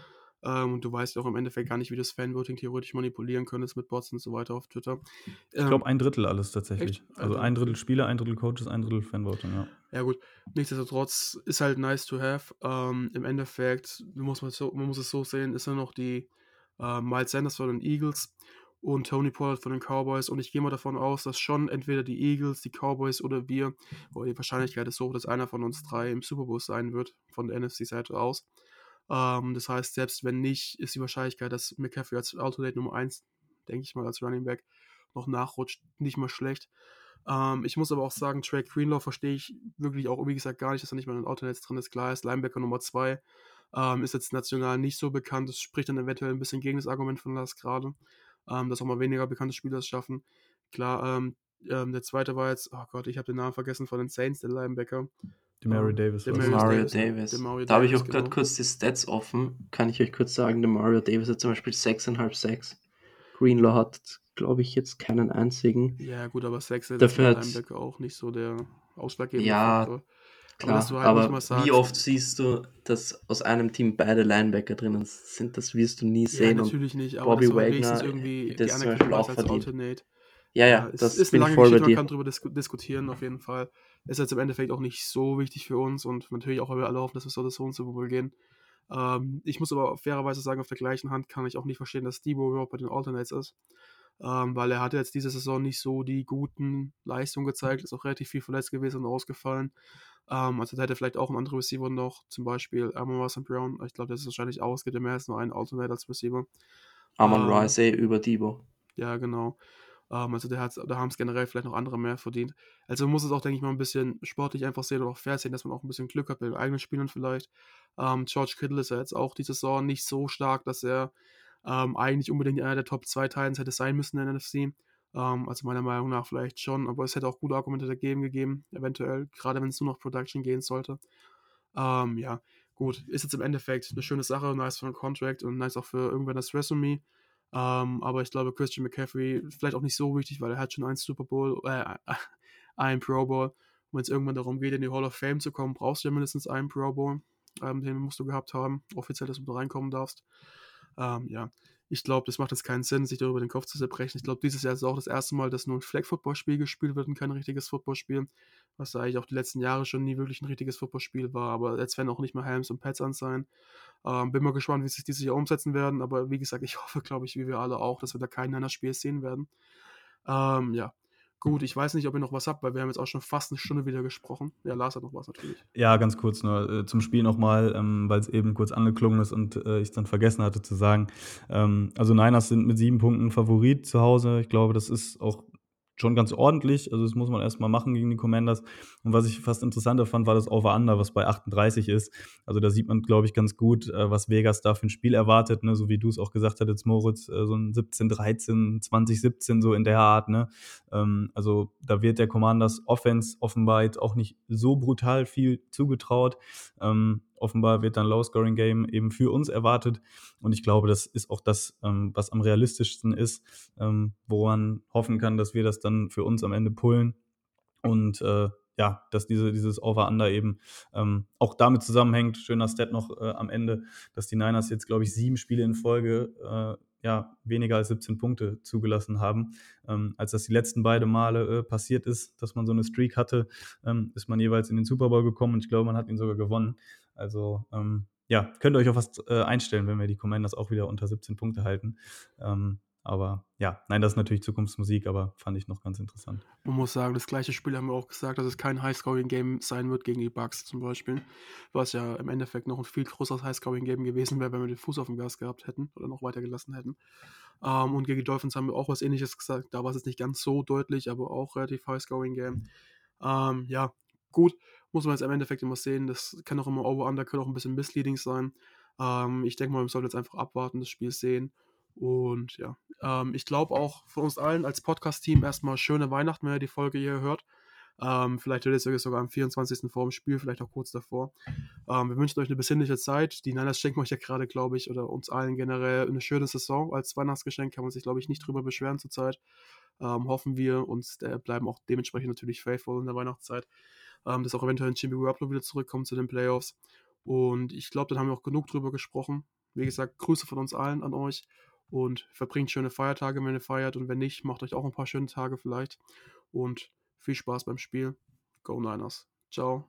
Ähm, und du weißt ja auch im Endeffekt gar nicht, wie du das Fanvoting theoretisch manipulieren könntest mit Bots und so weiter auf Twitter. Ich glaube, Ähm ein Drittel alles Echt? tatsächlich. ein Also, Drittel, ein okay. Drittel Spieler, ein Drittel Coaches, ein Drittel Fanvoting, ja. Ja gut, nichtsdestotrotz ist halt nice to have. Ähm, im Endeffekt muss man so man muss es so sehen, ist ja noch die, äh, Miles Sanders von den Eagles und Tony Pollard von den Cowboys und ich gehe mal davon aus, dass schon entweder die Eagles, die Cowboys oder wir oder die Wahrscheinlichkeit ist hoch, dass einer von uns drei im Super Bowl sein wird, von der N F C-Seite aus. Ähm, das heißt, selbst wenn nicht, ist die Wahrscheinlichkeit, dass McCaffrey als Alternate Nummer eins, denke ich mal, als Running Back noch nachrutscht, nicht mal schlecht. Ähm, ich muss aber auch sagen, Dre Greenlaw verstehe ich wirklich auch, wie gesagt, gar nicht, dass er nicht mal in den Alternates drin ist. Klar, er ist Linebacker Nummer zwei, ähm, ist jetzt national nicht so bekannt. Das spricht dann eventuell 'n bisschen gegen das Argument von Lars grade, ähm, dass auch mal weniger bekannte Spieler es schaffen. Klar, ähm, ähm, der zweite war jetzt oh Gott, ich habe den Namen vergessen von den Saints, der Linebacker. Demario Ähm, Davis war's. Demarius Demario Davis, Davis. Demario Da habe ich Davis, auch grad genau. kurz die Stats offen. Kann ich euch kurz sagen, Demario Davis hat zum Beispiel sechs Komma fünf Sacks. Greenlaw hat, glaube ich, jetzt keinen einzigen. Ja gut, aber Sacks ist jetzt Dafür bei hat Linebacker auch nicht so der ausschlaggebende Ja, Faktor. Aber dass du klar, halt nicht mal aber wie sagst oft siehst du, dass aus einem Team beide Linebacker drinnen sind? Das wirst du nie Ja, sehen und natürlich nicht, aber dass Bobby du halt wenigstens Wagner irgendwie hätte die es zum Anerkennung Beispiel auch hast als verdient. Alternate. Ja, Ja, ja, es das ist 'ne bin ich lange voll bei Geschichte, man dir. kann drüber disku diskutieren auf jeden Fall. Ist jetzt im Endeffekt auch nicht so wichtig für uns und natürlich auch, weil wir alle hoffen, dass wir so oder so ins Super Bowl gehen. Ähm, ich muss aber fairerweise sagen, auf der gleichen Hand kann ich auch nicht verstehen, dass Deebo überhaupt bei den Alternates ist. Ähm, weil er hatte jetzt diese Saison nicht so die guten Leistungen gezeigt, ist auch relativ viel verletzt gewesen und ausgefallen. Ähm, also da hätte vielleicht auch 'n anderer Receiver noch, zum Beispiel Amon-Ra Saint Brown. Ich glaube, der ist wahrscheinlich aus, gibt ja mehr als nur einen Alternate als Receiver. Amon-Ra Ähm ist eh über Deebo. Ja, genau. Ähm, also, der hat's da haben's generell vielleicht noch andere mehr verdient. Also, man muss es auch, denke ich mal, ein bisschen sportlich einfach sehen oder auch fair sehen, dass man auch ein bisschen Glück hat bei den eigenen Spielern vielleicht. Ähm, George Kittle ist ja jetzt auch die Saison nicht so stark, dass er, ähm, eigentlich unbedingt einer der Top zwei Titans hätte sein müssen in der N F C. Ähm, also, meiner Meinung nach vielleicht schon, aber es hätte auch gute Argumente dagegen gegeben, eventuell, gerade wenn es nur noch Production gehen sollte. Ähm, ja, gut, ist jetzt im Endeffekt eine schöne Sache, nice für 'n Contract und nice auch für irgendwann das Resümee. Ähm, aber ich glaube, Christian McCaffrey vielleicht auch nicht so wichtig, weil er hat schon einen Super Bowl, äh, einen Pro Bowl. Und wenn es irgendwann darum geht, in die Hall of Fame zu kommen, brauchst du ja mindestens einen Pro Bowl. Ähm, den musst du gehabt haben, offiziell, dass du da reinkommen darfst. Ähm, ja, ich glaube, das macht jetzt keinen Sinn, sich darüber den Kopf zu zerbrechen. Ich glaube, dieses Jahr ist auch das erste Mal, dass nur ein Flag-Football-Spiel gespielt wird und kein richtiges Footballspiel, was eigentlich auch die letzten Jahre schon nie wirklich ein richtiges Footballspiel war. Aber jetzt werden auch nicht mehr Helms und Pads an sein. Ähm, bin mal gespannt, wie sich dieses Jahr umsetzen werden. Aber wie gesagt, ich hoffe, glaube ich, wie wir alle auch, dass wir da keinen Niners-Spiel sehen werden. Ähm, ja. Gut, ich weiß nicht, ob ihr noch was habt, weil wir haben jetzt auch schon fast eine Stunde wieder gesprochen. Ja, Lars hat noch was natürlich. Ja, ganz kurz nur äh, zum Spiel nochmal, ähm, weil es eben kurz angeklungen ist und äh, ich dann vergessen hatte zu sagen. Ähm, also Niners sind mit sieben Punkten Favorit zu Hause. Ich glaube, das ist auch schon ganz ordentlich. Also das muss man erstmal machen gegen die Commanders. Und was ich fast interessanter fand, war das Over-Under, was bei achtunddreißig ist. Also da sieht man, glaube ich, ganz gut, äh, was Vegas da für ein Spiel erwartet, ne? So wie du es auch gesagt hattest, Moritz, äh, so ein siebzehn dreizehn, zwanzig siebzehn, so in der Art, ne? Ähm, also da wird der Commanders Offense offenbar jetzt auch nicht so brutal viel zugetraut. Ähm, offenbar wird dann Low-Scoring-Game eben für uns erwartet. Und ich glaube, das ist auch das, ähm, was am realistischsten ist, ähm, wo man hoffen kann, dass wir das dann für uns am Ende pullen. Und äh, ja, dass diese, dieses Over-Under eben ähm, auch damit zusammenhängt, schöner Stat noch äh, am Ende, dass die Niners jetzt, glaube ich, sieben Spiele in Folge äh, ja, weniger als siebzehn Punkte zugelassen haben. Ähm, als das die letzten beiden Male äh, passiert ist, dass man so eine Streak hatte, ähm, ist man jeweils in den Super Bowl gekommen und ich glaube, man hat ihn sogar gewonnen. Also ähm, ja, könnt ihr euch auf was äh, einstellen, wenn wir die Commanders auch wieder unter siebzehn Punkte halten. Ähm, aber ja, nein, das ist natürlich Zukunftsmusik, aber fand ich noch ganz interessant. Man muss sagen, das gleiche Spiel haben wir auch gesagt, dass es kein High-Scoring-Game sein wird gegen die Bucks zum Beispiel. Was ja im Endeffekt noch ein viel größeres High-Scoring-Game gewesen wäre, wenn wir den Fuß auf dem Gas gehabt hätten oder noch weitergelassen hätten. Ähm, und gegen die Dolphins haben wir auch was Ähnliches gesagt. Da war es jetzt nicht ganz so deutlich, aber auch relativ High-Scoring-Game. Ähm, ja, gut, muss man jetzt im Endeffekt immer sehen. Das kann auch immer Over-Under, kann auch ein bisschen misleading sein. Ähm, ich denke mal, wir sollten jetzt einfach abwarten, das Spiel sehen. Und ja, ähm, ich glaube auch für uns allen als Podcast-Team erstmal schöne Weihnachten, wenn ihr die Folge hier hört. Ähm, vielleicht hört ihr es sogar am vierundzwanzigsten vor dem Spiel, vielleicht auch kurz davor. Ähm, wir wünschen euch eine besinnliche Zeit. Die Niners schenken euch ja gerade, glaube ich, oder uns allen generell eine schöne Saison. Als Weihnachtsgeschenk kann man sich, glaube ich, nicht drüber beschweren zurzeit. Ähm, hoffen wir und äh, bleiben auch dementsprechend natürlich faithful in der Weihnachtszeit. Ähm, dass auch eventuell ein Jimmy Garoppolo wieder zurückkommt zu den Playoffs. Und ich glaube, dann haben wir auch genug drüber gesprochen. Wie gesagt, Grüße von uns allen an euch. Und verbringt schöne Feiertage, wenn ihr feiert. Und wenn nicht, macht euch auch ein paar schöne Tage vielleicht. Und viel Spaß beim Spiel. Go Niners. Ciao.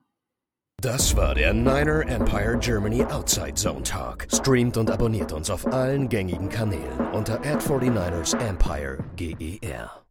Das war der Niner Empire Germany Outside Zone Talk. Streamt und abonniert uns auf allen gängigen Kanälen unter at forty-niners empire ger.